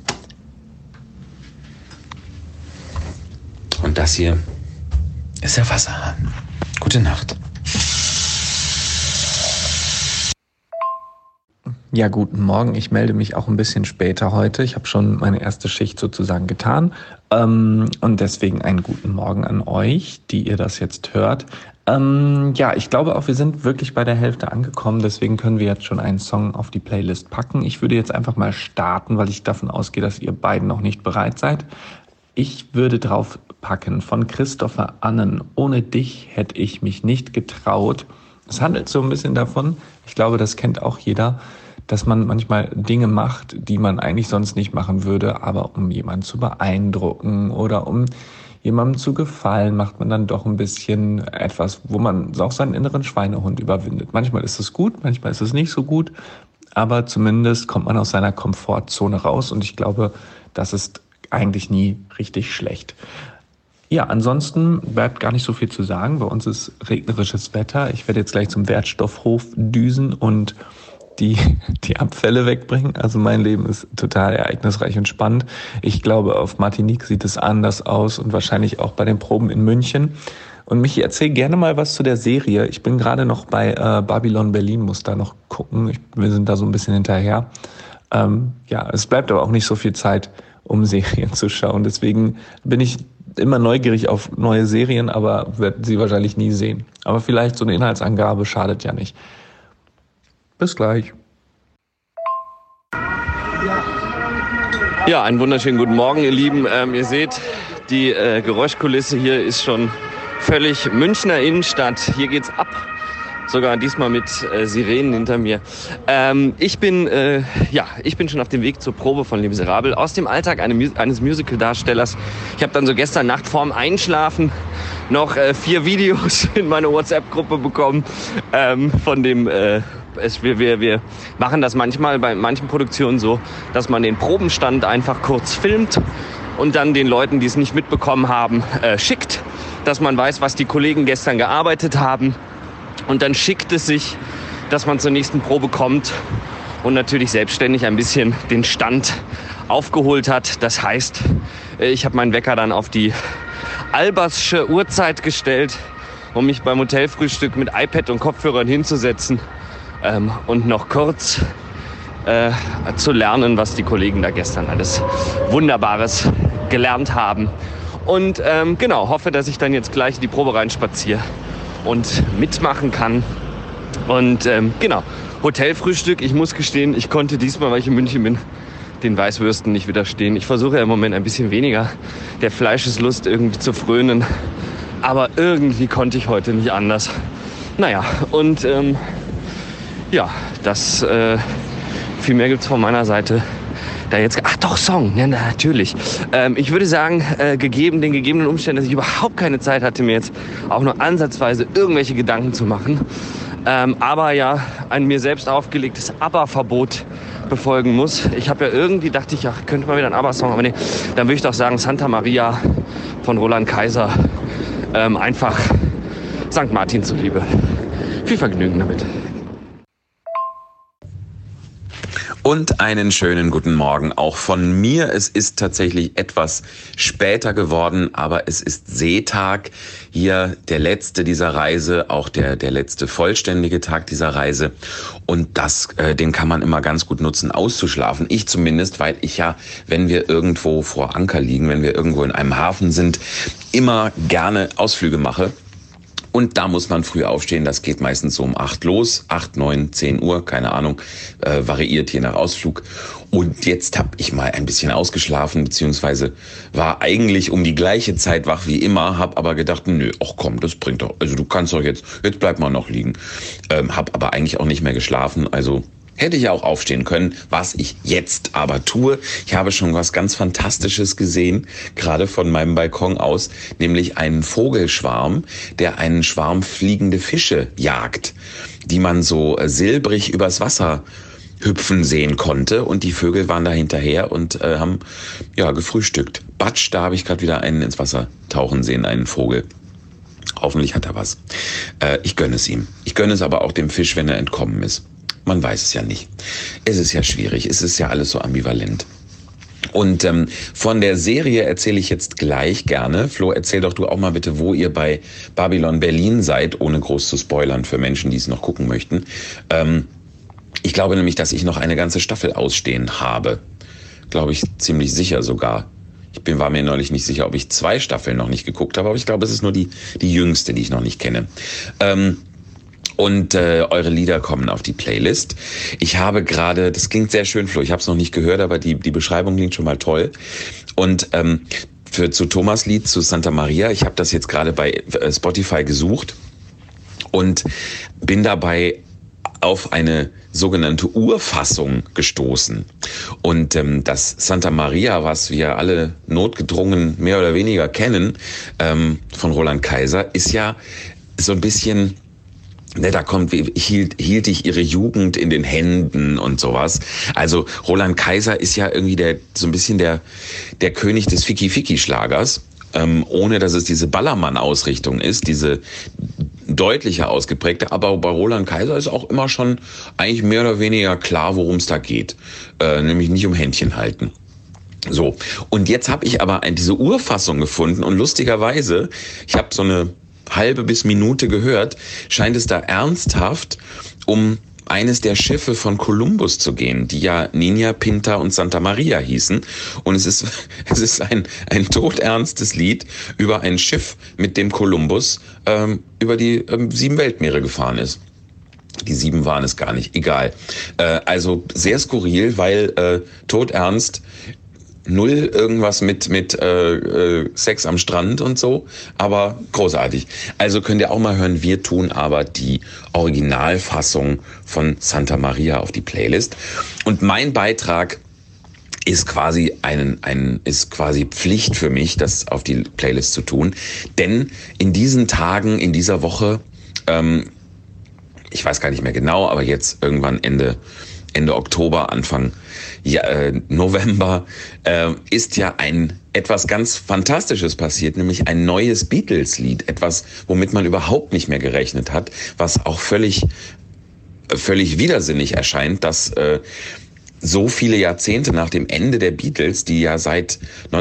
Und das hier ist der Wasserhahn. Gute Nacht. Ja, guten Morgen. Ich melde mich auch ein bisschen später heute. Ich habe schon meine erste Schicht sozusagen getan. Und deswegen einen guten Morgen an euch, die ihr das jetzt hört. Ich glaube auch, wir sind wirklich bei der Hälfte angekommen. Deswegen können wir jetzt schon einen Song auf die Playlist packen. Ich würde jetzt einfach mal starten, weil ich davon ausgehe, dass ihr beiden noch nicht bereit seid. Ich würde drauf packen von Christopher Annen. Ohne dich hätte ich mich nicht getraut. Es handelt so ein bisschen davon, ich glaube, das kennt auch jeder, dass man manchmal Dinge macht, die man eigentlich sonst nicht machen würde, aber um jemanden zu beeindrucken oder um jemandem zu gefallen, macht man dann doch ein bisschen etwas, wo man auch seinen inneren Schweinehund überwindet. Manchmal ist es gut, manchmal ist es nicht so gut, aber zumindest kommt man aus seiner Komfortzone raus und ich glaube, das ist eigentlich nie richtig schlecht. Ja, ansonsten bleibt gar nicht so viel zu sagen. Bei uns ist regnerisches Wetter. Ich werde jetzt gleich zum Wertstoffhof düsen und die Abfälle wegbringen. Also mein Leben ist total ereignisreich und spannend. Ich glaube, auf Martinique sieht es anders aus und wahrscheinlich auch bei den Proben in München. Und Michi, erzähl gerne mal was zu der Serie. Ich bin gerade noch bei Babylon Berlin, muss da noch gucken. Wir sind da so ein bisschen hinterher. Es bleibt aber auch nicht so viel Zeit, um Serien zu schauen. Deswegen bin ich immer neugierig auf neue Serien, aber werde sie wahrscheinlich nie sehen. Aber vielleicht so eine Inhaltsangabe schadet ja nicht. Bis gleich. Ja, einen wunderschönen guten Morgen, ihr Lieben. Ihr seht, die Geräuschkulisse hier ist schon völlig Münchner Innenstadt. Hier geht's ab. Sogar diesmal mit Sirenen hinter mir. Ich bin schon auf dem Weg zur Probe von Les Miserables aus dem Alltag eines Musical-Darstellers. Ich habe dann so gestern Nacht vorm Einschlafen noch 4 Videos in meine WhatsApp-Gruppe bekommen von dem wir machen das manchmal bei manchen Produktionen so, dass man den Probenstand einfach kurz filmt und dann den Leuten, die es nicht mitbekommen haben, schickt, dass man weiß, was die Kollegen gestern gearbeitet haben. Und dann schickt es sich, dass man zur nächsten Probe kommt und natürlich selbstständig ein bisschen den Stand aufgeholt hat. Das heißt, ich habe meinen Wecker dann auf die Albersche Uhrzeit gestellt, um mich beim Hotelfrühstück mit iPad und Kopfhörern hinzusetzen und noch kurz zu lernen, was die Kollegen da gestern alles Wunderbares gelernt haben. Und hoffe, dass ich dann jetzt gleich in die Probe reinspaziere und mitmachen kann. Und Hotelfrühstück, ich muss gestehen, ich konnte diesmal, weil ich in München bin, den Weißwürsten nicht widerstehen. Ich versuche ja im Moment ein bisschen weniger der Fleischeslust irgendwie zu frönen, aber irgendwie konnte ich heute nicht anders. Naja, und viel mehr gibt's von meiner Seite da jetzt. Ach doch, Song, ja, natürlich. Ich würde sagen, den gegebenen Umständen, dass ich überhaupt keine Zeit hatte, mir jetzt auch nur ansatzweise irgendwelche Gedanken zu machen, aber ja ein mir selbst aufgelegtes ABBA-Verbot befolgen muss. Ich habe ja irgendwie, dachte ich, könnte mal wieder ein ABBA-Song, aber nee, dann würde ich doch sagen Santa Maria von Roland Kaiser, einfach St. Martin zuliebe. Viel Vergnügen damit. Und einen schönen guten Morgen auch von mir. Es ist tatsächlich etwas später geworden, aber es ist Seetag. Hier der letzte dieser Reise, auch der letzte vollständige Tag dieser Reise. Und den kann man immer ganz gut nutzen, auszuschlafen. Ich zumindest, weil ich ja, wenn wir irgendwo vor Anker liegen, wenn wir irgendwo in einem Hafen sind, immer gerne Ausflüge mache. Und da muss man früh aufstehen, das geht meistens so um 8 los, 8, 9, 10 Uhr, keine Ahnung, variiert je nach Ausflug. Und jetzt habe ich mal ein bisschen ausgeschlafen, beziehungsweise war eigentlich um die gleiche Zeit wach wie immer, habe aber gedacht, nö, ach komm, das bringt doch, also du kannst doch jetzt bleib mal noch liegen. Habe aber eigentlich auch nicht mehr geschlafen, also hätte ich ja auch aufstehen können, was ich jetzt aber tue. Ich habe schon was ganz Fantastisches gesehen, gerade von meinem Balkon aus, nämlich einen Vogelschwarm, der einen Schwarm fliegende Fische jagt, die man so silbrig übers Wasser hüpfen sehen konnte. Und die Vögel waren da hinterher und haben gefrühstückt. Batsch, da habe ich gerade wieder einen ins Wasser tauchen sehen, einen Vogel. Hoffentlich hat er was. Ich gönne es ihm. Ich gönne es aber auch dem Fisch, wenn er entkommen ist. Man weiß es ja nicht. Es ist ja schwierig. Es ist ja alles so ambivalent. Und von der Serie erzähle ich jetzt gleich gerne. Flo, erzähl doch du auch mal bitte, wo ihr bei Babylon Berlin seid, ohne groß zu spoilern für Menschen, die es noch gucken möchten. Ich glaube nämlich, dass ich noch eine ganze Staffel ausstehen habe. Glaube ich ziemlich sicher sogar. War mir neulich nicht sicher, ob ich 2 Staffeln noch nicht geguckt habe, aber ich glaube, es ist nur die jüngste, die ich noch nicht kenne. Und eure Lieder kommen auf die Playlist. Ich habe gerade, das klingt sehr schön, Flo, ich habe es noch nicht gehört, aber die Beschreibung klingt schon mal toll. Und zu Thomas Lied, zu Santa Maria, ich habe das jetzt gerade bei Spotify gesucht und bin dabei auf eine sogenannte Urfassung gestoßen. Und das Santa Maria, was wir alle notgedrungen mehr oder weniger kennen, von Roland Kaiser, ist ja so ein bisschen, ne, da kommt, hielt ich ihre Jugend in den Händen und sowas. Also Roland Kaiser ist ja irgendwie so ein bisschen der König des Ficky-Ficky-Schlagers, ohne dass es diese Ballermann-Ausrichtung ist, diese deutlicher ausgeprägte. Aber bei Roland Kaiser ist auch immer schon eigentlich mehr oder weniger klar, worum es da geht. Nämlich nicht um Händchen halten. So, und jetzt habe ich aber diese Urfassung gefunden und lustigerweise, ich habe so eine halbe bis Minute gehört, scheint es da ernsthaft um eines der Schiffe von Kolumbus zu gehen, die ja Niña, Pinta und Santa Maria hießen. Und es ist ein todernstes Lied über ein Schiff, mit dem Kolumbus über die 7 Weltmeere gefahren ist. Die 7 waren es gar nicht, egal. Also sehr skurril, weil todernst, null irgendwas mit Sex am Strand und so, aber großartig. Also könnt ihr auch mal hören, wir tun aber die Originalfassung von Santa Maria auf die Playlist. Und mein Beitrag ist quasi ist quasi Pflicht für mich, das auf die Playlist zu tun. Denn in diesen Tagen, in dieser Woche, ich weiß gar nicht mehr genau, aber jetzt irgendwann Ende Oktober, Anfang November, ist ja etwas ganz Fantastisches passiert, nämlich ein neues Beatles-Lied, etwas, womit man überhaupt nicht mehr gerechnet hat, was auch völlig widersinnig erscheint, dass so viele Jahrzehnte nach dem Ende der Beatles, die ja seit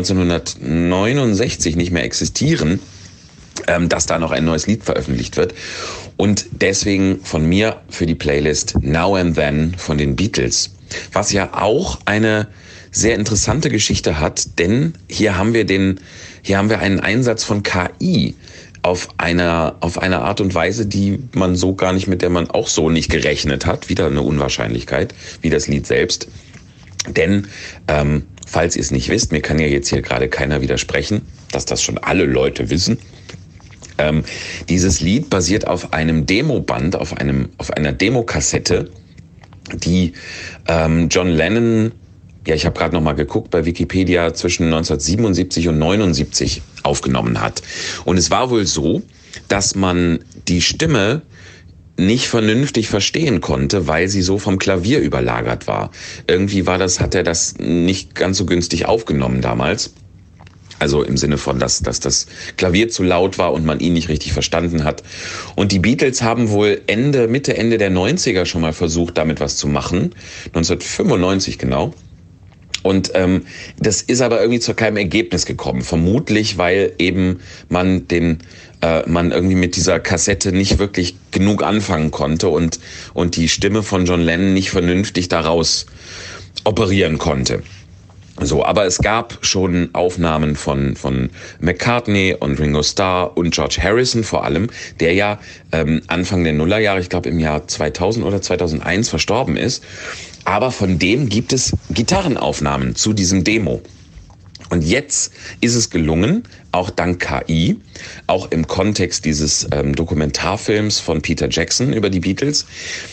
1969 nicht mehr existieren, dass da noch ein neues Lied veröffentlicht wird. Und deswegen von mir für die Playlist Now and Then von den Beatles. Was ja auch eine sehr interessante Geschichte hat, denn hier haben wir einen Einsatz von KI auf eine Art und Weise, die man so gar nicht, mit der man auch so nicht gerechnet hat. Wieder eine Unwahrscheinlichkeit, wie das Lied selbst. Denn, falls ihr es nicht wisst, mir kann ja jetzt hier gerade keiner widersprechen, dass das schon alle Leute wissen. Dieses Lied basiert auf einem Demoband, auf einer Demokassette, die John Lennon, ja, ich habe gerade noch mal geguckt bei Wikipedia, zwischen 1977 und 79 aufgenommen hat. Und es war wohl so, dass man die Stimme nicht vernünftig verstehen konnte, weil sie so vom Klavier überlagert war. Irgendwie hat er das nicht ganz so günstig aufgenommen damals. Also im Sinne von, dass das Klavier zu laut war und man ihn nicht richtig verstanden hat. Und die Beatles haben wohl Mitte der 90er schon mal versucht, damit was zu machen. 1995 genau. Und das ist aber irgendwie zu keinem Ergebnis gekommen. Vermutlich, weil eben man irgendwie mit dieser Kassette nicht wirklich genug anfangen konnte und die Stimme von John Lennon nicht vernünftig daraus operieren konnte. So, aber es gab schon Aufnahmen von McCartney und Ringo Starr und George Harrison vor allem, der ja Anfang der Nullerjahre, ich glaube im Jahr 2000 oder 2001 verstorben ist. Aber von dem gibt es Gitarrenaufnahmen zu diesem Demo. Und jetzt ist es gelungen, auch dank KI, auch im Kontext dieses Dokumentarfilms von Peter Jackson über die Beatles,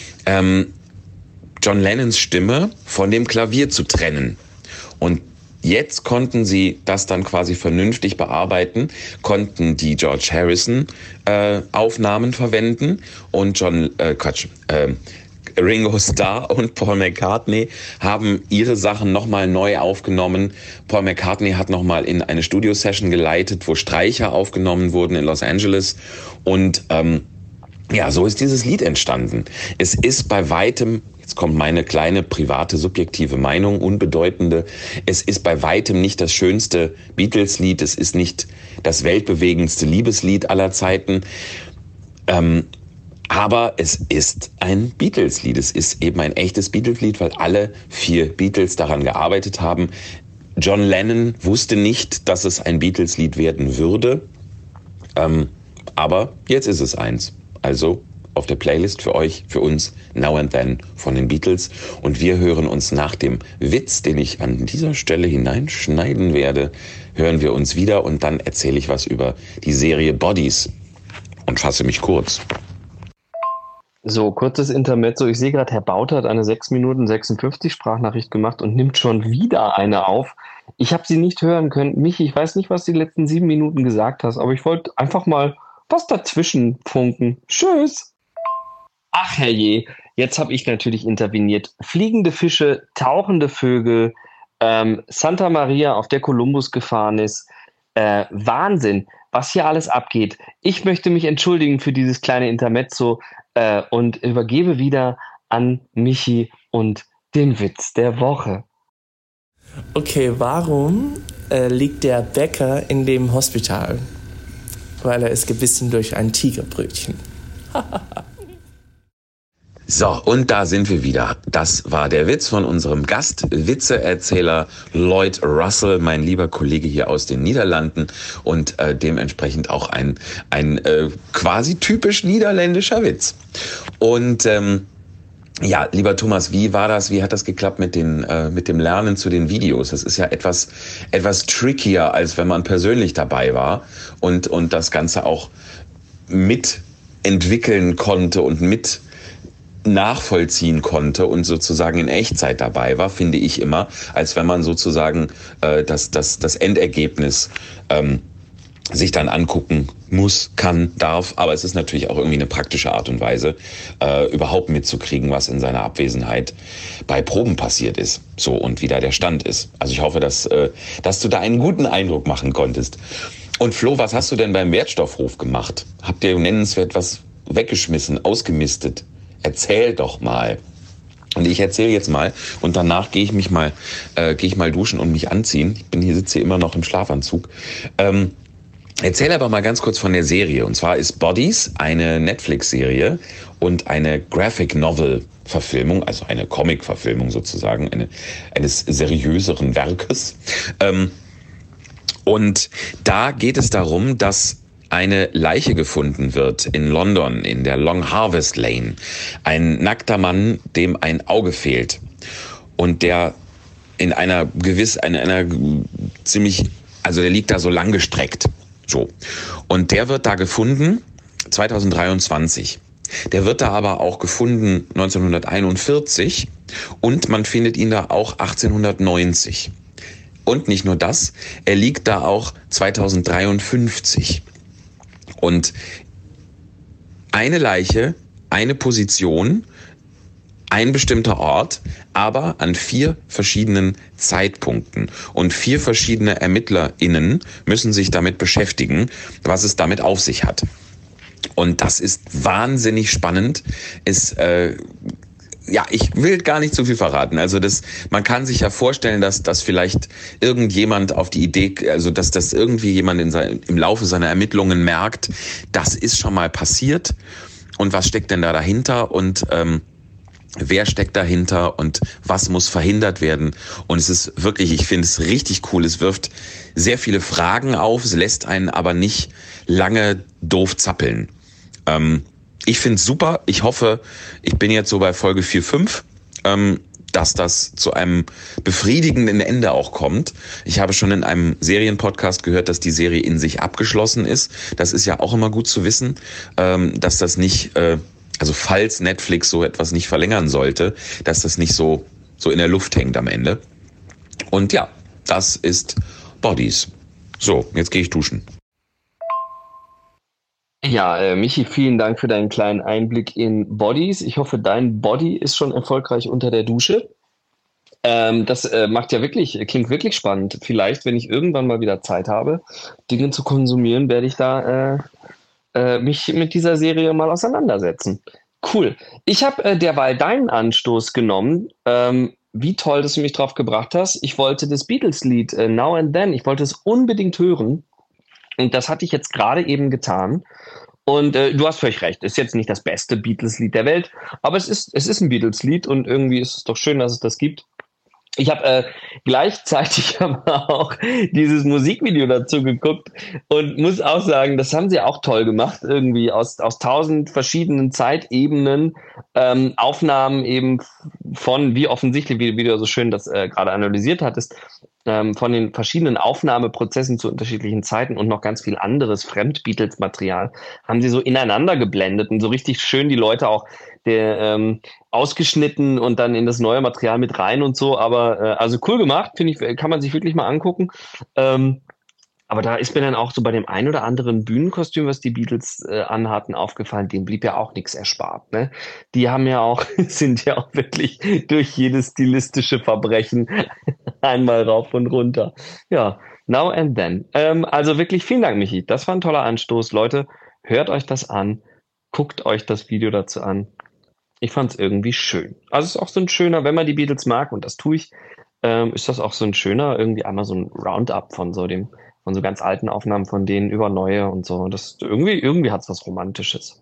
John Lennons Stimme von dem Klavier zu trennen. Und jetzt konnten sie das dann quasi vernünftig bearbeiten, konnten die George Harrison Aufnahmen verwenden und Ringo Starr und Paul McCartney haben ihre Sachen nochmal neu aufgenommen. Paul McCartney hat nochmal in eine Studio-Session geleitet, wo Streicher aufgenommen wurden in Los Angeles. Und ja, so ist dieses Lied entstanden. Es ist bei weitem, jetzt kommt meine kleine private subjektive Meinung, unbedeutende, es ist bei weitem nicht das schönste Beatles-Lied, es ist nicht das weltbewegendste Liebeslied aller Zeiten, aber es ist ein Beatles-Lied. Es ist eben ein echtes Beatles-Lied, weil alle 4 Beatles daran gearbeitet haben. John Lennon wusste nicht, dass es ein Beatles-Lied werden würde, aber jetzt ist es eins. Also auf der Playlist für euch, für uns, Now and Then von den Beatles. Und wir hören uns nach dem Witz, den ich an dieser Stelle hineinschneiden werde, hören wir uns wieder und dann erzähle ich was über die Serie Bodies und fasse mich kurz. So, kurzes Intermezzo. Ich sehe gerade, Herr Bauter hat eine 6 Minuten 56 Sprachnachricht gemacht und nimmt schon wieder eine auf. Ich habe sie nicht hören können. Michi, ich weiß nicht, was du die letzten 7 Minuten gesagt hast, aber ich wollte einfach mal was dazwischen funken. Tschüss. Ach herrje, jetzt habe ich natürlich interveniert. Fliegende Fische, tauchende Vögel, Santa Maria, auf der Kolumbus gefahren ist. Wahnsinn, was hier alles abgeht. Ich möchte mich entschuldigen für dieses kleine Intermezzo und übergebe wieder an Michi und den Witz der Woche. Okay, warum liegt der Bäcker in dem Hospital? Weil er ist gebissen durch ein Tigerbrötchen. So, und da sind wir wieder. Das war der Witz von unserem Gast, Witzeerzähler Lloyd Russell, mein lieber Kollege hier aus den Niederlanden und dementsprechend auch ein quasi typisch niederländischer Witz. Und ja, lieber Thomas, wie war das? Wie hat das geklappt mit dem Lernen zu den Videos? Das ist ja etwas trickier, als wenn man persönlich dabei war und das Ganze auch mitentwickeln konnte und mit nachvollziehen konnte und sozusagen in Echtzeit dabei war, finde ich immer, als wenn man sozusagen das Endergebnis sich dann angucken muss, kann, darf. Aber es ist natürlich auch irgendwie eine praktische Art und Weise, überhaupt mitzukriegen, was in seiner Abwesenheit bei Proben passiert ist. So, und wie da der Stand ist. Also ich hoffe, dass du da einen guten Eindruck machen konntest. Und Flo, was hast du denn beim Wertstoffhof gemacht? Habt ihr nennenswert was weggeschmissen, ausgemistet? Erzähl doch mal. Und ich erzähle jetzt mal und danach gehe ich mal duschen und mich anziehen. Sitze hier immer noch im Schlafanzug. Erzähl aber mal ganz kurz von der Serie. Und zwar ist Bodies eine Netflix-Serie und eine Graphic-Novel-Verfilmung, also eine Comic-Verfilmung sozusagen, eines seriöseren Werkes. Und da geht es darum, dass eine Leiche gefunden wird in London, in der Long Harvest Lane. Ein nackter Mann, dem ein Auge fehlt. Und der in einer ziemlich, also der liegt da so langgestreckt. So. Und der wird da gefunden 2023. Der wird da aber auch gefunden 1941 und man findet ihn da auch 1890. Und nicht nur das, er liegt da auch 2053. Und eine Leiche, eine Position, ein bestimmter Ort, aber an 4 verschiedenen Zeitpunkten. Und 4 verschiedene ErmittlerInnen müssen sich damit beschäftigen, was es damit auf sich hat. Und das ist wahnsinnig spannend. Ich will gar nicht zu viel verraten. Also man kann sich ja vorstellen, dass vielleicht irgendjemand auf die Idee, also dass das irgendwie jemand im Laufe seiner Ermittlungen merkt, das ist schon mal passiert. Und was steckt denn da dahinter? Und wer steckt dahinter? Und was muss verhindert werden? Und es ist wirklich, ich finde es richtig cool. Es wirft sehr viele Fragen auf. Es lässt einen aber nicht lange doof zappeln. Ich finde es super. Ich hoffe, ich bin jetzt so bei Folge 4, 5, dass das zu einem befriedigenden Ende auch kommt. Ich habe schon in einem Serienpodcast gehört, dass die Serie in sich abgeschlossen ist. Das ist ja auch immer gut zu wissen, dass das nicht, also falls Netflix so etwas nicht verlängern sollte, dass das nicht so in der Luft hängt am Ende. Und ja, das ist Bodies. So, jetzt gehe ich duschen. Ja, Michi, vielen Dank für deinen kleinen Einblick in Bodies. Ich hoffe, dein Body ist schon erfolgreich unter der Dusche. Das klingt wirklich spannend. Vielleicht, wenn ich irgendwann mal wieder Zeit habe, Dinge zu konsumieren, werde ich da mich mit dieser Serie mal auseinandersetzen. Cool. Ich habe derweil deinen Anstoß genommen. Wie toll, dass du mich drauf gebracht hast. Ich wollte das Beatles-Lied Now and Then, ich wollte es unbedingt hören. Und das hatte ich jetzt gerade eben getan. Und du hast völlig recht, ist jetzt nicht das beste Beatles-Lied der Welt, aber es ist ein Beatles-Lied und irgendwie ist es doch schön, dass es das gibt. Ich habe gleichzeitig aber auch dieses Musikvideo dazu geguckt und muss auch sagen, das haben sie auch toll gemacht, irgendwie aus 1000 verschiedenen Zeitebenen, Aufnahmen eben von, wie offensichtlich, wie du so schön das gerade analysiert hattest, von den verschiedenen Aufnahmeprozessen zu unterschiedlichen Zeiten und noch ganz viel anderes Fremd-Beatles-Material haben sie so ineinander geblendet und so richtig schön die Leute auch ausgeschnitten und dann in das neue Material mit rein und so. Aber also cool gemacht, finde ich, kann man sich wirklich mal angucken. Aber da ist mir dann auch so bei dem ein oder anderen Bühnenkostüm, was die Beatles anhatten, aufgefallen, dem blieb ja auch nichts erspart. Ne? Die haben ja auch, sind ja auch wirklich durch jedes stilistische Verbrechen einmal rauf und runter. Ja, now and then. Also wirklich vielen Dank, Michi. Das war ein toller Anstoß. Leute, hört euch das an. Guckt euch das Video dazu an. Ich fand es irgendwie schön. Also es ist auch so ein schöner, wenn man die Beatles mag, und das tue ich, ist das auch so ein schöner, irgendwie einmal so ein Roundup von so ganz alten Aufnahmen von denen über neue und so. Das irgendwie hat es was Romantisches.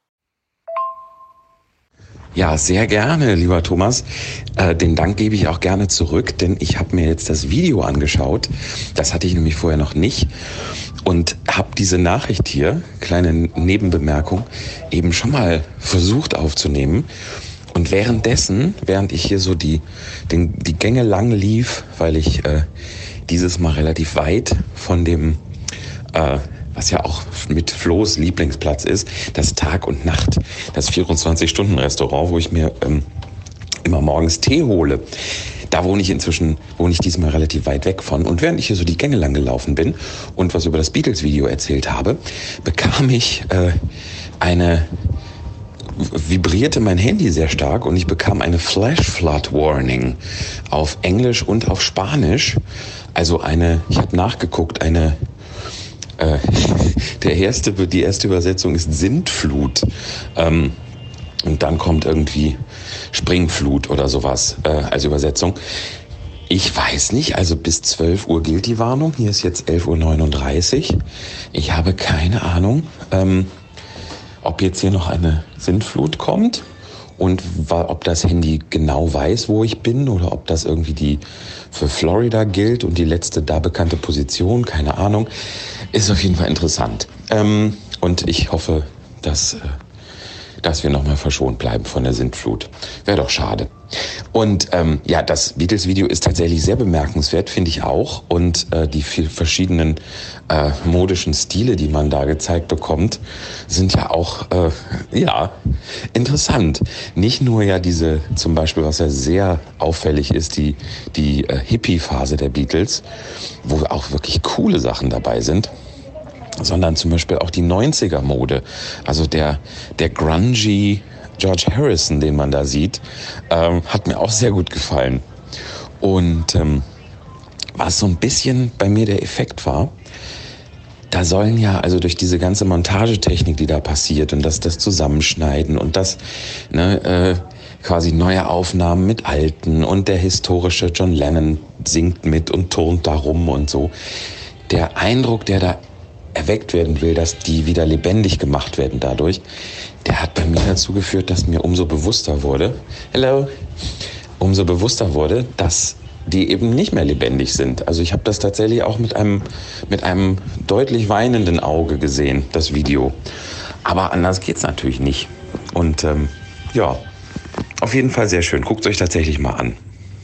Ja, sehr gerne, lieber Thomas. Den Dank gebe ich auch gerne zurück, denn ich habe mir jetzt das Video angeschaut. Das hatte ich nämlich vorher noch nicht. Und habe diese Nachricht hier, kleine Nebenbemerkung, eben schon mal versucht aufzunehmen. Und während ich hier so die Gänge lang lief, weil ich dieses Mal relativ weit von dem, was ja auch mit Flo's Lieblingsplatz ist, das Tag und Nacht, das 24-Stunden-Restaurant, wo ich mir immer morgens Tee hole. Da wohne ich diesmal relativ weit weg von. Und während ich hier so die Gänge lang gelaufen bin und was über das Beatles-Video erzählt habe, vibrierte mein Handy sehr stark und ich bekam eine Flash Flood Warning auf Englisch und auf Spanisch. Also ich habe nachgeguckt, die erste Übersetzung ist Sintflut. Und dann kommt irgendwie Springflut oder sowas als Übersetzung. Ich weiß nicht, also bis 12 Uhr gilt die Warnung. Hier ist jetzt 11:39 Uhr. Ich habe keine Ahnung, ob jetzt hier noch eine Sintflut kommt und ob das Handy genau weiß, wo ich bin, oder ob das irgendwie für Florida gilt und die letzte da bekannte Position, keine Ahnung. Ist auf jeden Fall interessant. Und ich hoffe, dass wir nochmal verschont bleiben von der Sintflut. Wäre doch schade. Und das Beatles-Video ist tatsächlich sehr bemerkenswert, finde ich auch. Und die verschiedenen modischen Stile, die man da gezeigt bekommt, sind ja auch interessant. Nicht nur ja diese, zum Beispiel, was ja sehr auffällig ist, die Hippie-Phase der Beatles, wo auch wirklich coole Sachen dabei sind, sondern zum Beispiel auch die 90er-Mode. Also der grungy George Harrison, den man da sieht, hat mir auch sehr gut gefallen. Und was so ein bisschen bei mir der Effekt war, da sollen ja, also durch diese ganze Montagetechnik, die da passiert und das Zusammenschneiden und das quasi neue Aufnahmen mit alten und der historische John Lennon singt mit und turnt da rum und so. Der Eindruck, der da erweckt werden will, dass die wieder lebendig gemacht werden dadurch, der hat bei mir dazu geführt, dass mir umso bewusster wurde, dass die eben nicht mehr lebendig sind. Also ich habe das tatsächlich auch mit einem deutlich weinenden Auge gesehen, das Video. Aber anders geht's natürlich nicht. Und auf jeden Fall sehr schön. Guckt euch tatsächlich mal an.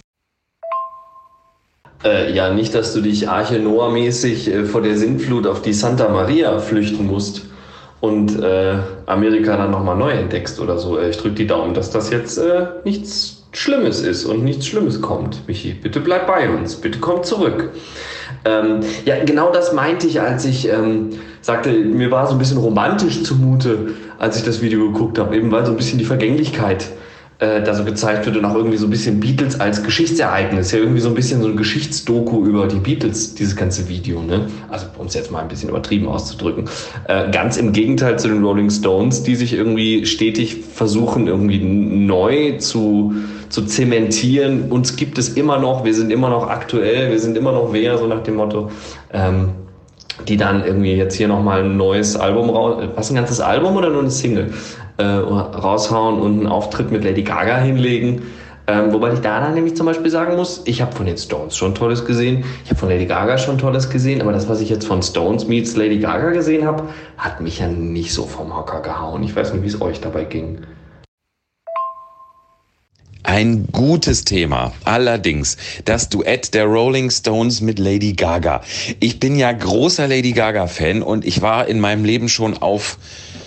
Ja, nicht, dass du dich Arche Noah-mäßig vor der Sintflut auf die Santa Maria flüchten musst und Amerika dann nochmal neu entdeckst oder so. Ich drücke die Daumen, dass das jetzt nichts Schlimmes ist und nichts Schlimmes kommt. Michi, bitte bleib bei uns, bitte komm zurück. Ja, genau das meinte ich, als ich sagte, mir war so ein bisschen romantisch zumute, als ich das Video geguckt habe, eben weil so ein bisschen die Vergänglichkeit da so gezeigt wird und auch irgendwie so ein bisschen Beatles als Geschichtsereignis. Ja, irgendwie so ein bisschen so ein Geschichtsdoku über die Beatles, dieses ganze Video, ne? Also, um es jetzt mal ein bisschen übertrieben auszudrücken. Ganz im Gegenteil zu den Rolling Stones, die sich irgendwie stetig versuchen, irgendwie neu zu zementieren. Uns gibt es immer noch, wir sind immer noch aktuell, wir sind immer noch wer, so nach dem Motto. Die dann irgendwie jetzt hier nochmal ein neues Album ein ganzes Album oder nur eine Single raushauen und einen Auftritt mit Lady Gaga hinlegen. Wobei ich da dann nämlich zum Beispiel sagen muss, ich habe von den Stones schon Tolles gesehen, ich habe von Lady Gaga schon Tolles gesehen, aber das, was ich jetzt von Stones meets Lady Gaga gesehen habe, hat mich ja nicht so vom Hocker gehauen. Ich weiß nicht, wie es euch dabei ging. Ein gutes Thema. Allerdings das Duett der Rolling Stones mit Lady Gaga. Ich bin ja großer Lady Gaga-Fan und ich war in meinem Leben schon auf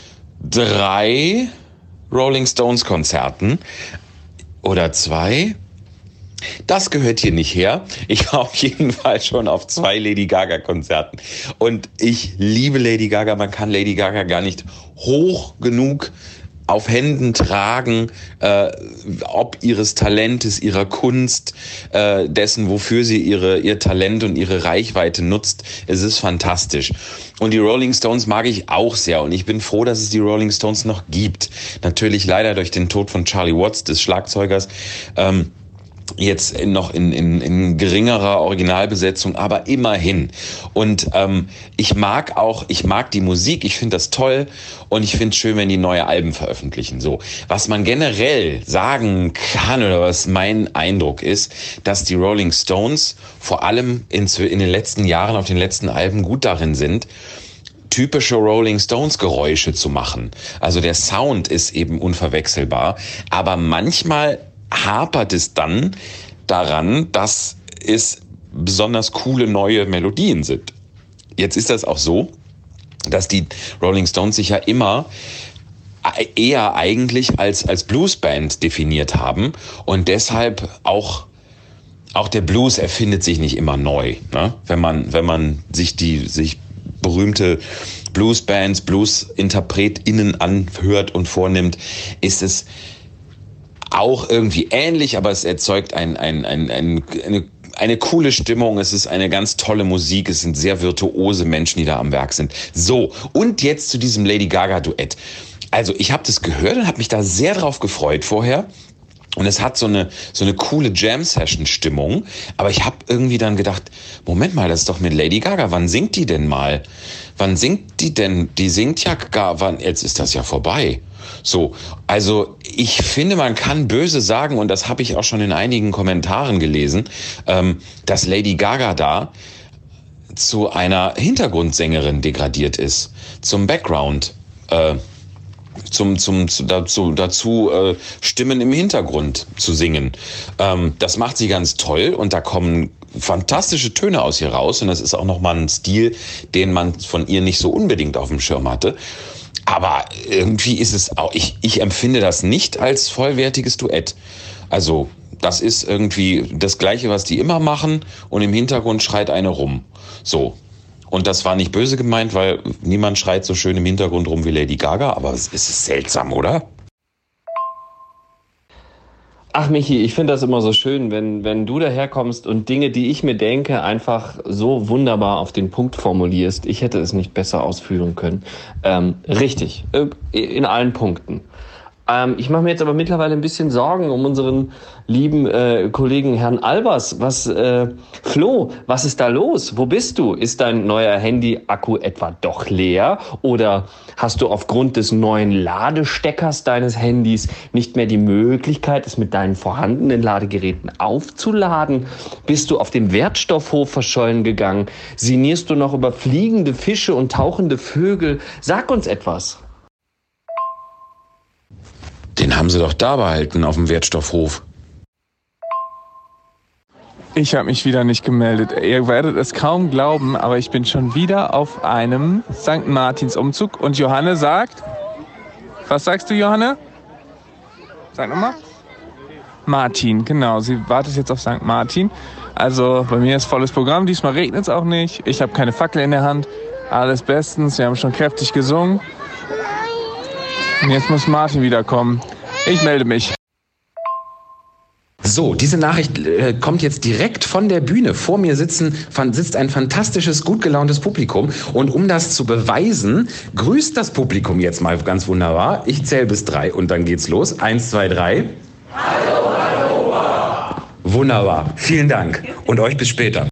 3 Rolling Stones Konzerten oder 2. Das gehört hier nicht her. Ich war auf jeden Fall schon auf 2 Lady Gaga Konzerten. Und ich liebe Lady Gaga. Man kann Lady Gaga gar nicht hoch genug auf Händen tragen, ob ihres Talentes, ihrer Kunst, dessen, wofür sie ihr Talent und ihre Reichweite nutzt. Es ist fantastisch. Und die Rolling Stones mag ich auch sehr. Und ich bin froh, dass es die Rolling Stones noch gibt. Natürlich leider durch den Tod von Charlie Watts, des Schlagzeugers, jetzt noch in geringerer Originalbesetzung, aber immerhin. Und ich mag die Musik, ich finde das toll und ich finde es schön, wenn die neue Alben veröffentlichen. So, was man generell sagen kann oder was mein Eindruck ist, dass die Rolling Stones vor allem in den letzten Jahren auf den letzten Alben gut darin sind, typische Rolling Stones Geräusche zu machen. Also der Sound ist eben unverwechselbar, aber manchmal hapert es dann daran, dass es besonders coole neue Melodien sind. Jetzt ist das auch so, dass die Rolling Stones sich ja immer eher eigentlich als Bluesband definiert haben und deshalb auch der Blues erfindet sich nicht immer neu, ne? Wenn man sich berühmte Bluesbands, Blues-InterpretInnen anhört und vornimmt, ist es auch irgendwie ähnlich, aber es erzeugt eine coole Stimmung, es ist eine ganz tolle Musik, es sind sehr virtuose Menschen, die da am Werk sind. So, und jetzt zu diesem Lady Gaga-Duett. Also ich habe das gehört und habe mich da sehr drauf gefreut vorher. Und es hat so eine coole Jam-Session-Stimmung. Aber ich habe irgendwie dann gedacht, Moment mal, das ist doch mit Lady Gaga. Wann singt die denn mal? Wann singt die denn? Die singt ja jetzt ist das ja vorbei. So, also ich finde, man kann böse sagen, und das habe ich auch schon in einigen Kommentaren gelesen, dass Lady Gaga da zu einer Hintergrundsängerin degradiert ist, zum Background, dazu Stimmen im Hintergrund zu singen. Das macht sie ganz toll und da kommen fantastische Töne aus ihr raus und das ist auch nochmal ein Stil, den man von ihr nicht so unbedingt auf dem Schirm hatte. Aber irgendwie ist es auch, ich empfinde das nicht als vollwertiges Duett. Also das ist irgendwie das Gleiche, was die immer machen und im Hintergrund schreit eine rum. So. Und das war nicht böse gemeint, weil niemand schreit so schön im Hintergrund rum wie Lady Gaga, aber es ist seltsam, oder? Ach Michi, ich finde das immer so schön, wenn du daherkommst und Dinge, die ich mir denke, einfach so wunderbar auf den Punkt formulierst. Ich hätte es nicht besser ausführen können. Richtig, in allen Punkten. Ich mache mir jetzt aber mittlerweile ein bisschen Sorgen um unseren lieben Kollegen Herrn Albers. Flo, was ist da los? Wo bist du? Ist dein neuer Handy-Akku etwa doch leer? Oder hast du aufgrund des neuen Ladesteckers deines Handys nicht mehr die Möglichkeit, es mit deinen vorhandenen Ladegeräten aufzuladen? Bist du auf dem Wertstoffhof verschollen gegangen? Sinnierst du noch über fliegende Fische und tauchende Vögel? Sag uns etwas. Den haben sie doch da behalten auf dem Wertstoffhof. Ich habe mich wieder nicht gemeldet. Ihr werdet es kaum glauben, aber ich bin schon wieder auf einem St. Martins Umzug. Und Johanne sagt... Was sagst du, Johanne? Sag nochmal. Martin, genau. Sie wartet jetzt auf St. Martin. Also bei mir ist volles Programm. Diesmal regnet es auch nicht. Ich habe keine Fackel in der Hand. Alles bestens. Wir haben schon kräftig gesungen. Und jetzt muss Martin wiederkommen. Ich melde mich. So, diese Nachricht kommt jetzt direkt von der Bühne. Vor mir sitzt ein fantastisches, gut gelauntes Publikum. Und um das zu beweisen, grüßt das Publikum jetzt mal ganz wunderbar. Ich zähle bis 3 und dann geht's los. 1, 2, 3. Hallo, hallo. Wunderbar. Vielen Dank. Und euch bis später.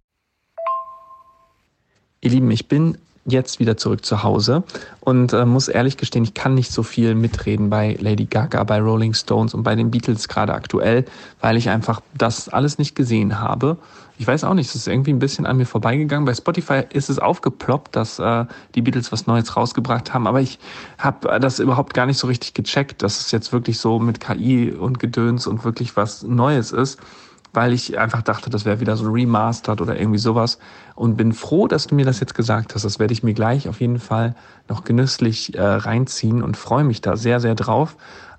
Ihr Lieben, ich bin jetzt wieder zurück zu Hause und muss ehrlich gestehen, ich kann nicht so viel mitreden bei Lady Gaga, bei Rolling Stones und bei den Beatles gerade aktuell, weil ich einfach das alles nicht gesehen habe. Ich weiß auch nicht, es ist irgendwie ein bisschen an mir vorbeigegangen. Bei Spotify ist es aufgeploppt, dass die Beatles was Neues rausgebracht haben, aber ich habe das überhaupt gar nicht so richtig gecheckt, dass es jetzt wirklich so mit KI und Gedöns und wirklich was Neues ist, weil ich einfach dachte, das wäre wieder so remastered oder irgendwie sowas, und bin froh, dass du mir das jetzt gesagt hast. Das werde ich mir gleich auf jeden Fall noch genüsslich reinziehen und freue mich da sehr, sehr drauf.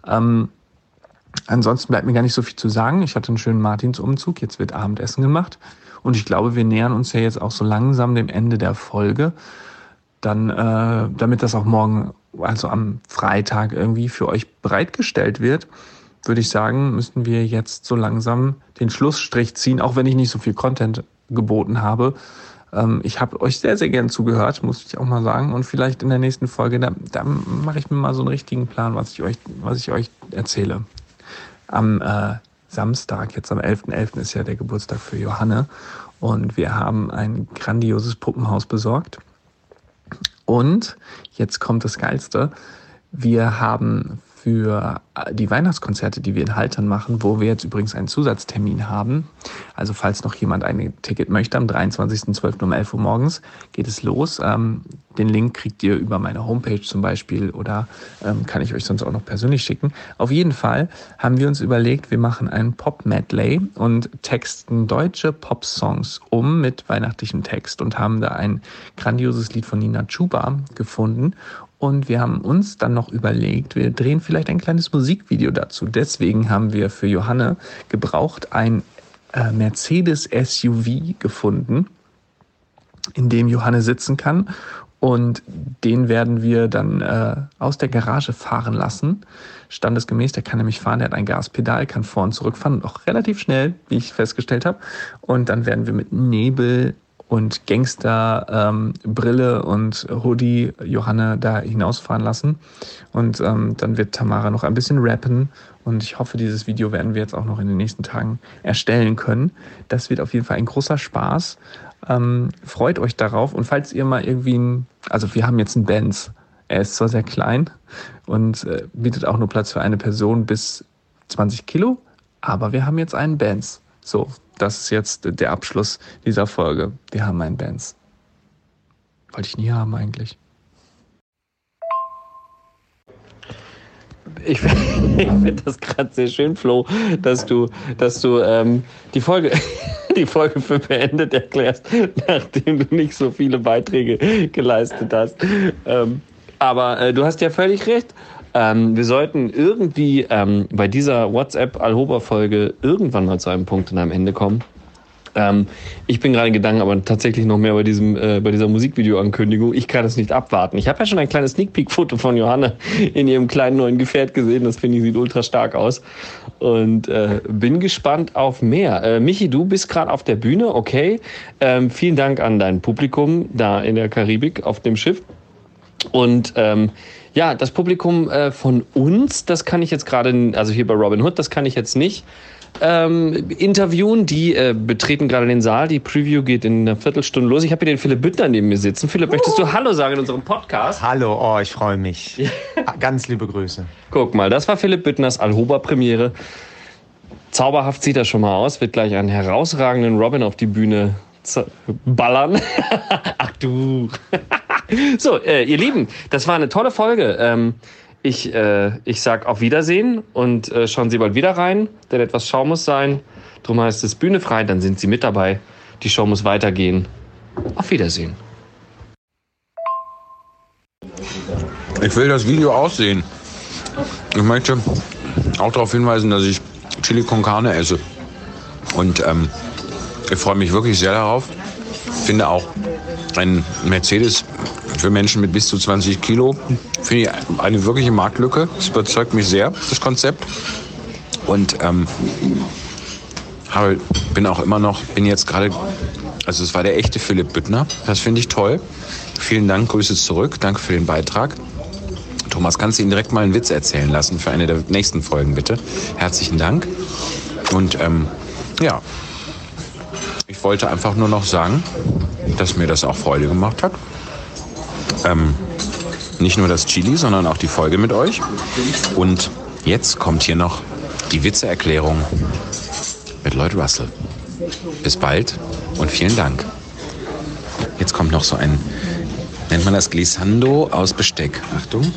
Ansonsten bleibt mir gar nicht so viel zu sagen. Ich hatte einen schönen Martinsumzug, jetzt wird Abendessen gemacht und ich glaube, wir nähern uns ja jetzt auch so langsam dem Ende der Folge. Dann, damit das auch morgen, also am Freitag irgendwie für euch bereitgestellt wird, würde ich sagen, müssten wir jetzt so langsam den Schlussstrich ziehen, auch wenn ich nicht so viel Content geboten habe. Ich habe euch sehr, sehr gern zugehört, muss ich auch mal sagen. Und vielleicht in der nächsten Folge, da mache ich mir mal so einen richtigen Plan, was ich euch erzähle. Am Samstag, jetzt am 11.11. ist ja der Geburtstag für Johanne. Und wir haben ein grandioses Puppenhaus besorgt. Und jetzt kommt das Geilste. Wir haben für die Weihnachtskonzerte, die wir in Haltern machen, wo wir jetzt übrigens einen Zusatztermin haben. Also falls noch jemand ein Ticket möchte, am 23.12. um 11 Uhr morgens geht es los. Den Link kriegt ihr über meine Homepage zum Beispiel oder kann ich euch sonst auch noch persönlich schicken. Auf jeden Fall haben wir uns überlegt, wir machen einen Pop-Medley und texten deutsche Pop-Songs mit weihnachtlichem Text und haben da ein grandioses Lied von Nina Chuba gefunden. Und wir haben uns dann noch überlegt, wir drehen vielleicht ein kleines Musikvideo dazu. Deswegen haben wir für Johanne gebraucht ein Mercedes SUV gefunden, in dem Johanne sitzen kann. Und den werden wir dann aus der Garage fahren lassen. Standesgemäß, der kann nämlich fahren, der hat ein Gaspedal, kann vor- und zurückfahren, auch relativ schnell, wie ich festgestellt habe. Und dann werden wir mit Nebel und Gangster-Brille und Hoodie Johanne da hinausfahren lassen. Und dann wird Tamara noch ein bisschen rappen. Und ich hoffe, dieses Video werden wir jetzt auch noch in den nächsten Tagen erstellen können. Das wird auf jeden Fall ein großer Spaß. Freut euch darauf. Und falls ihr mal irgendwie also wir haben jetzt einen Benz. Er ist zwar sehr klein und bietet auch nur Platz für eine Person bis 20 Kilo, aber wir haben jetzt einen Benz. So, das ist jetzt der Abschluss dieser Folge. Wir haben einen Benz. Wollte ich nie haben eigentlich. Ich finde das gerade sehr schön, Flo, dass du die Folge für beendet erklärst, nachdem du nicht so viele Beiträge geleistet hast. Aber du hast ja völlig recht. Wir sollten irgendwie bei dieser WhatsApp-Alhoba-Folge irgendwann mal zu einem Punkt und einem Ende kommen. Ich bin gerade in Gedanken, aber tatsächlich noch mehr bei dieser Musikvideo-Ankündigung. Ich kann es nicht abwarten. Ich habe ja schon ein kleines Sneak-Peek-Foto von Johanne in ihrem kleinen neuen Gefährt gesehen. Das finde ich, sieht ultra stark aus. Und bin gespannt auf mehr. Michi, du bist gerade auf der Bühne, okay. Vielen Dank an dein Publikum da in der Karibik auf dem Schiff. Und ja, das Publikum von uns, das kann ich jetzt gerade, also hier bei Robin Hood, das kann ich jetzt nicht interviewen. Die betreten gerade den Saal. Die Preview geht in einer Viertelstunde los. Ich habe hier den Philipp Büttner neben mir sitzen. Philipp, möchtest du Hallo sagen in unserem Podcast? Hallo, ich freue mich. Ganz liebe Grüße. Guck mal, das war Philipp Büttners Alhoba-Premiere. Zauberhaft sieht das schon mal aus. Wird gleich einen herausragenden Robin auf die Bühne ballern. Ach du. So, ihr Lieben, das war eine tolle Folge. Ich sag auf Wiedersehen und schauen Sie bald wieder rein, denn etwas Schau muss sein. Drum heißt es Bühne frei, dann sind Sie mit dabei. Die Show muss weitergehen. Auf Wiedersehen. Ich will das Video aussehen. Ich möchte auch darauf hinweisen, dass ich Chili con Carne esse. Und ich freue mich wirklich sehr darauf. Finde auch ein Mercedes für Menschen mit bis zu 20 Kilo finde ich eine wirkliche Marktlücke. Das überzeugt mich sehr, das Konzept. Und bin jetzt gerade, also es war der echte Philipp Büttner. Das finde ich toll. Vielen Dank, Grüße zurück. Danke für den Beitrag. Thomas, kannst du Ihnen direkt mal einen Witz erzählen lassen für eine der nächsten Folgen, bitte? Herzlichen Dank. Und ja, ich wollte einfach nur noch sagen, dass mir das auch Freude gemacht hat. Nicht nur das Chili, sondern auch die Folge mit euch. Und jetzt kommt hier noch die Witzeerklärung mit Lloyd Russell. Bis bald und vielen Dank. Jetzt kommt noch so ein, nennt man das Glissando aus Besteck. Achtung.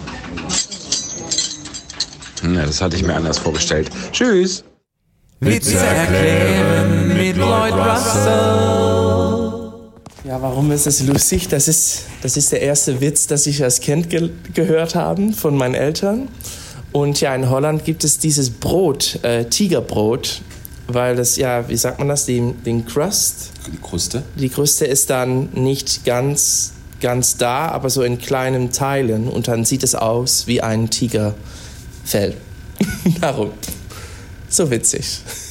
Ja, das hatte ich mir anders vorgestellt. Tschüss. Witze erklären mit Lloyd Russell. Ja, warum ist es lustig? Das ist der erste Witz, das ich als Kind gehört habe von meinen Eltern. Und ja, in Holland gibt es dieses Brot, Tigerbrot, weil das, ja, wie sagt man das, den Crust? Die Kruste? Die Kruste ist dann nicht ganz da, aber so in kleinen Teilen. Und dann sieht es aus wie ein Tigerfell. Darum. So witzig.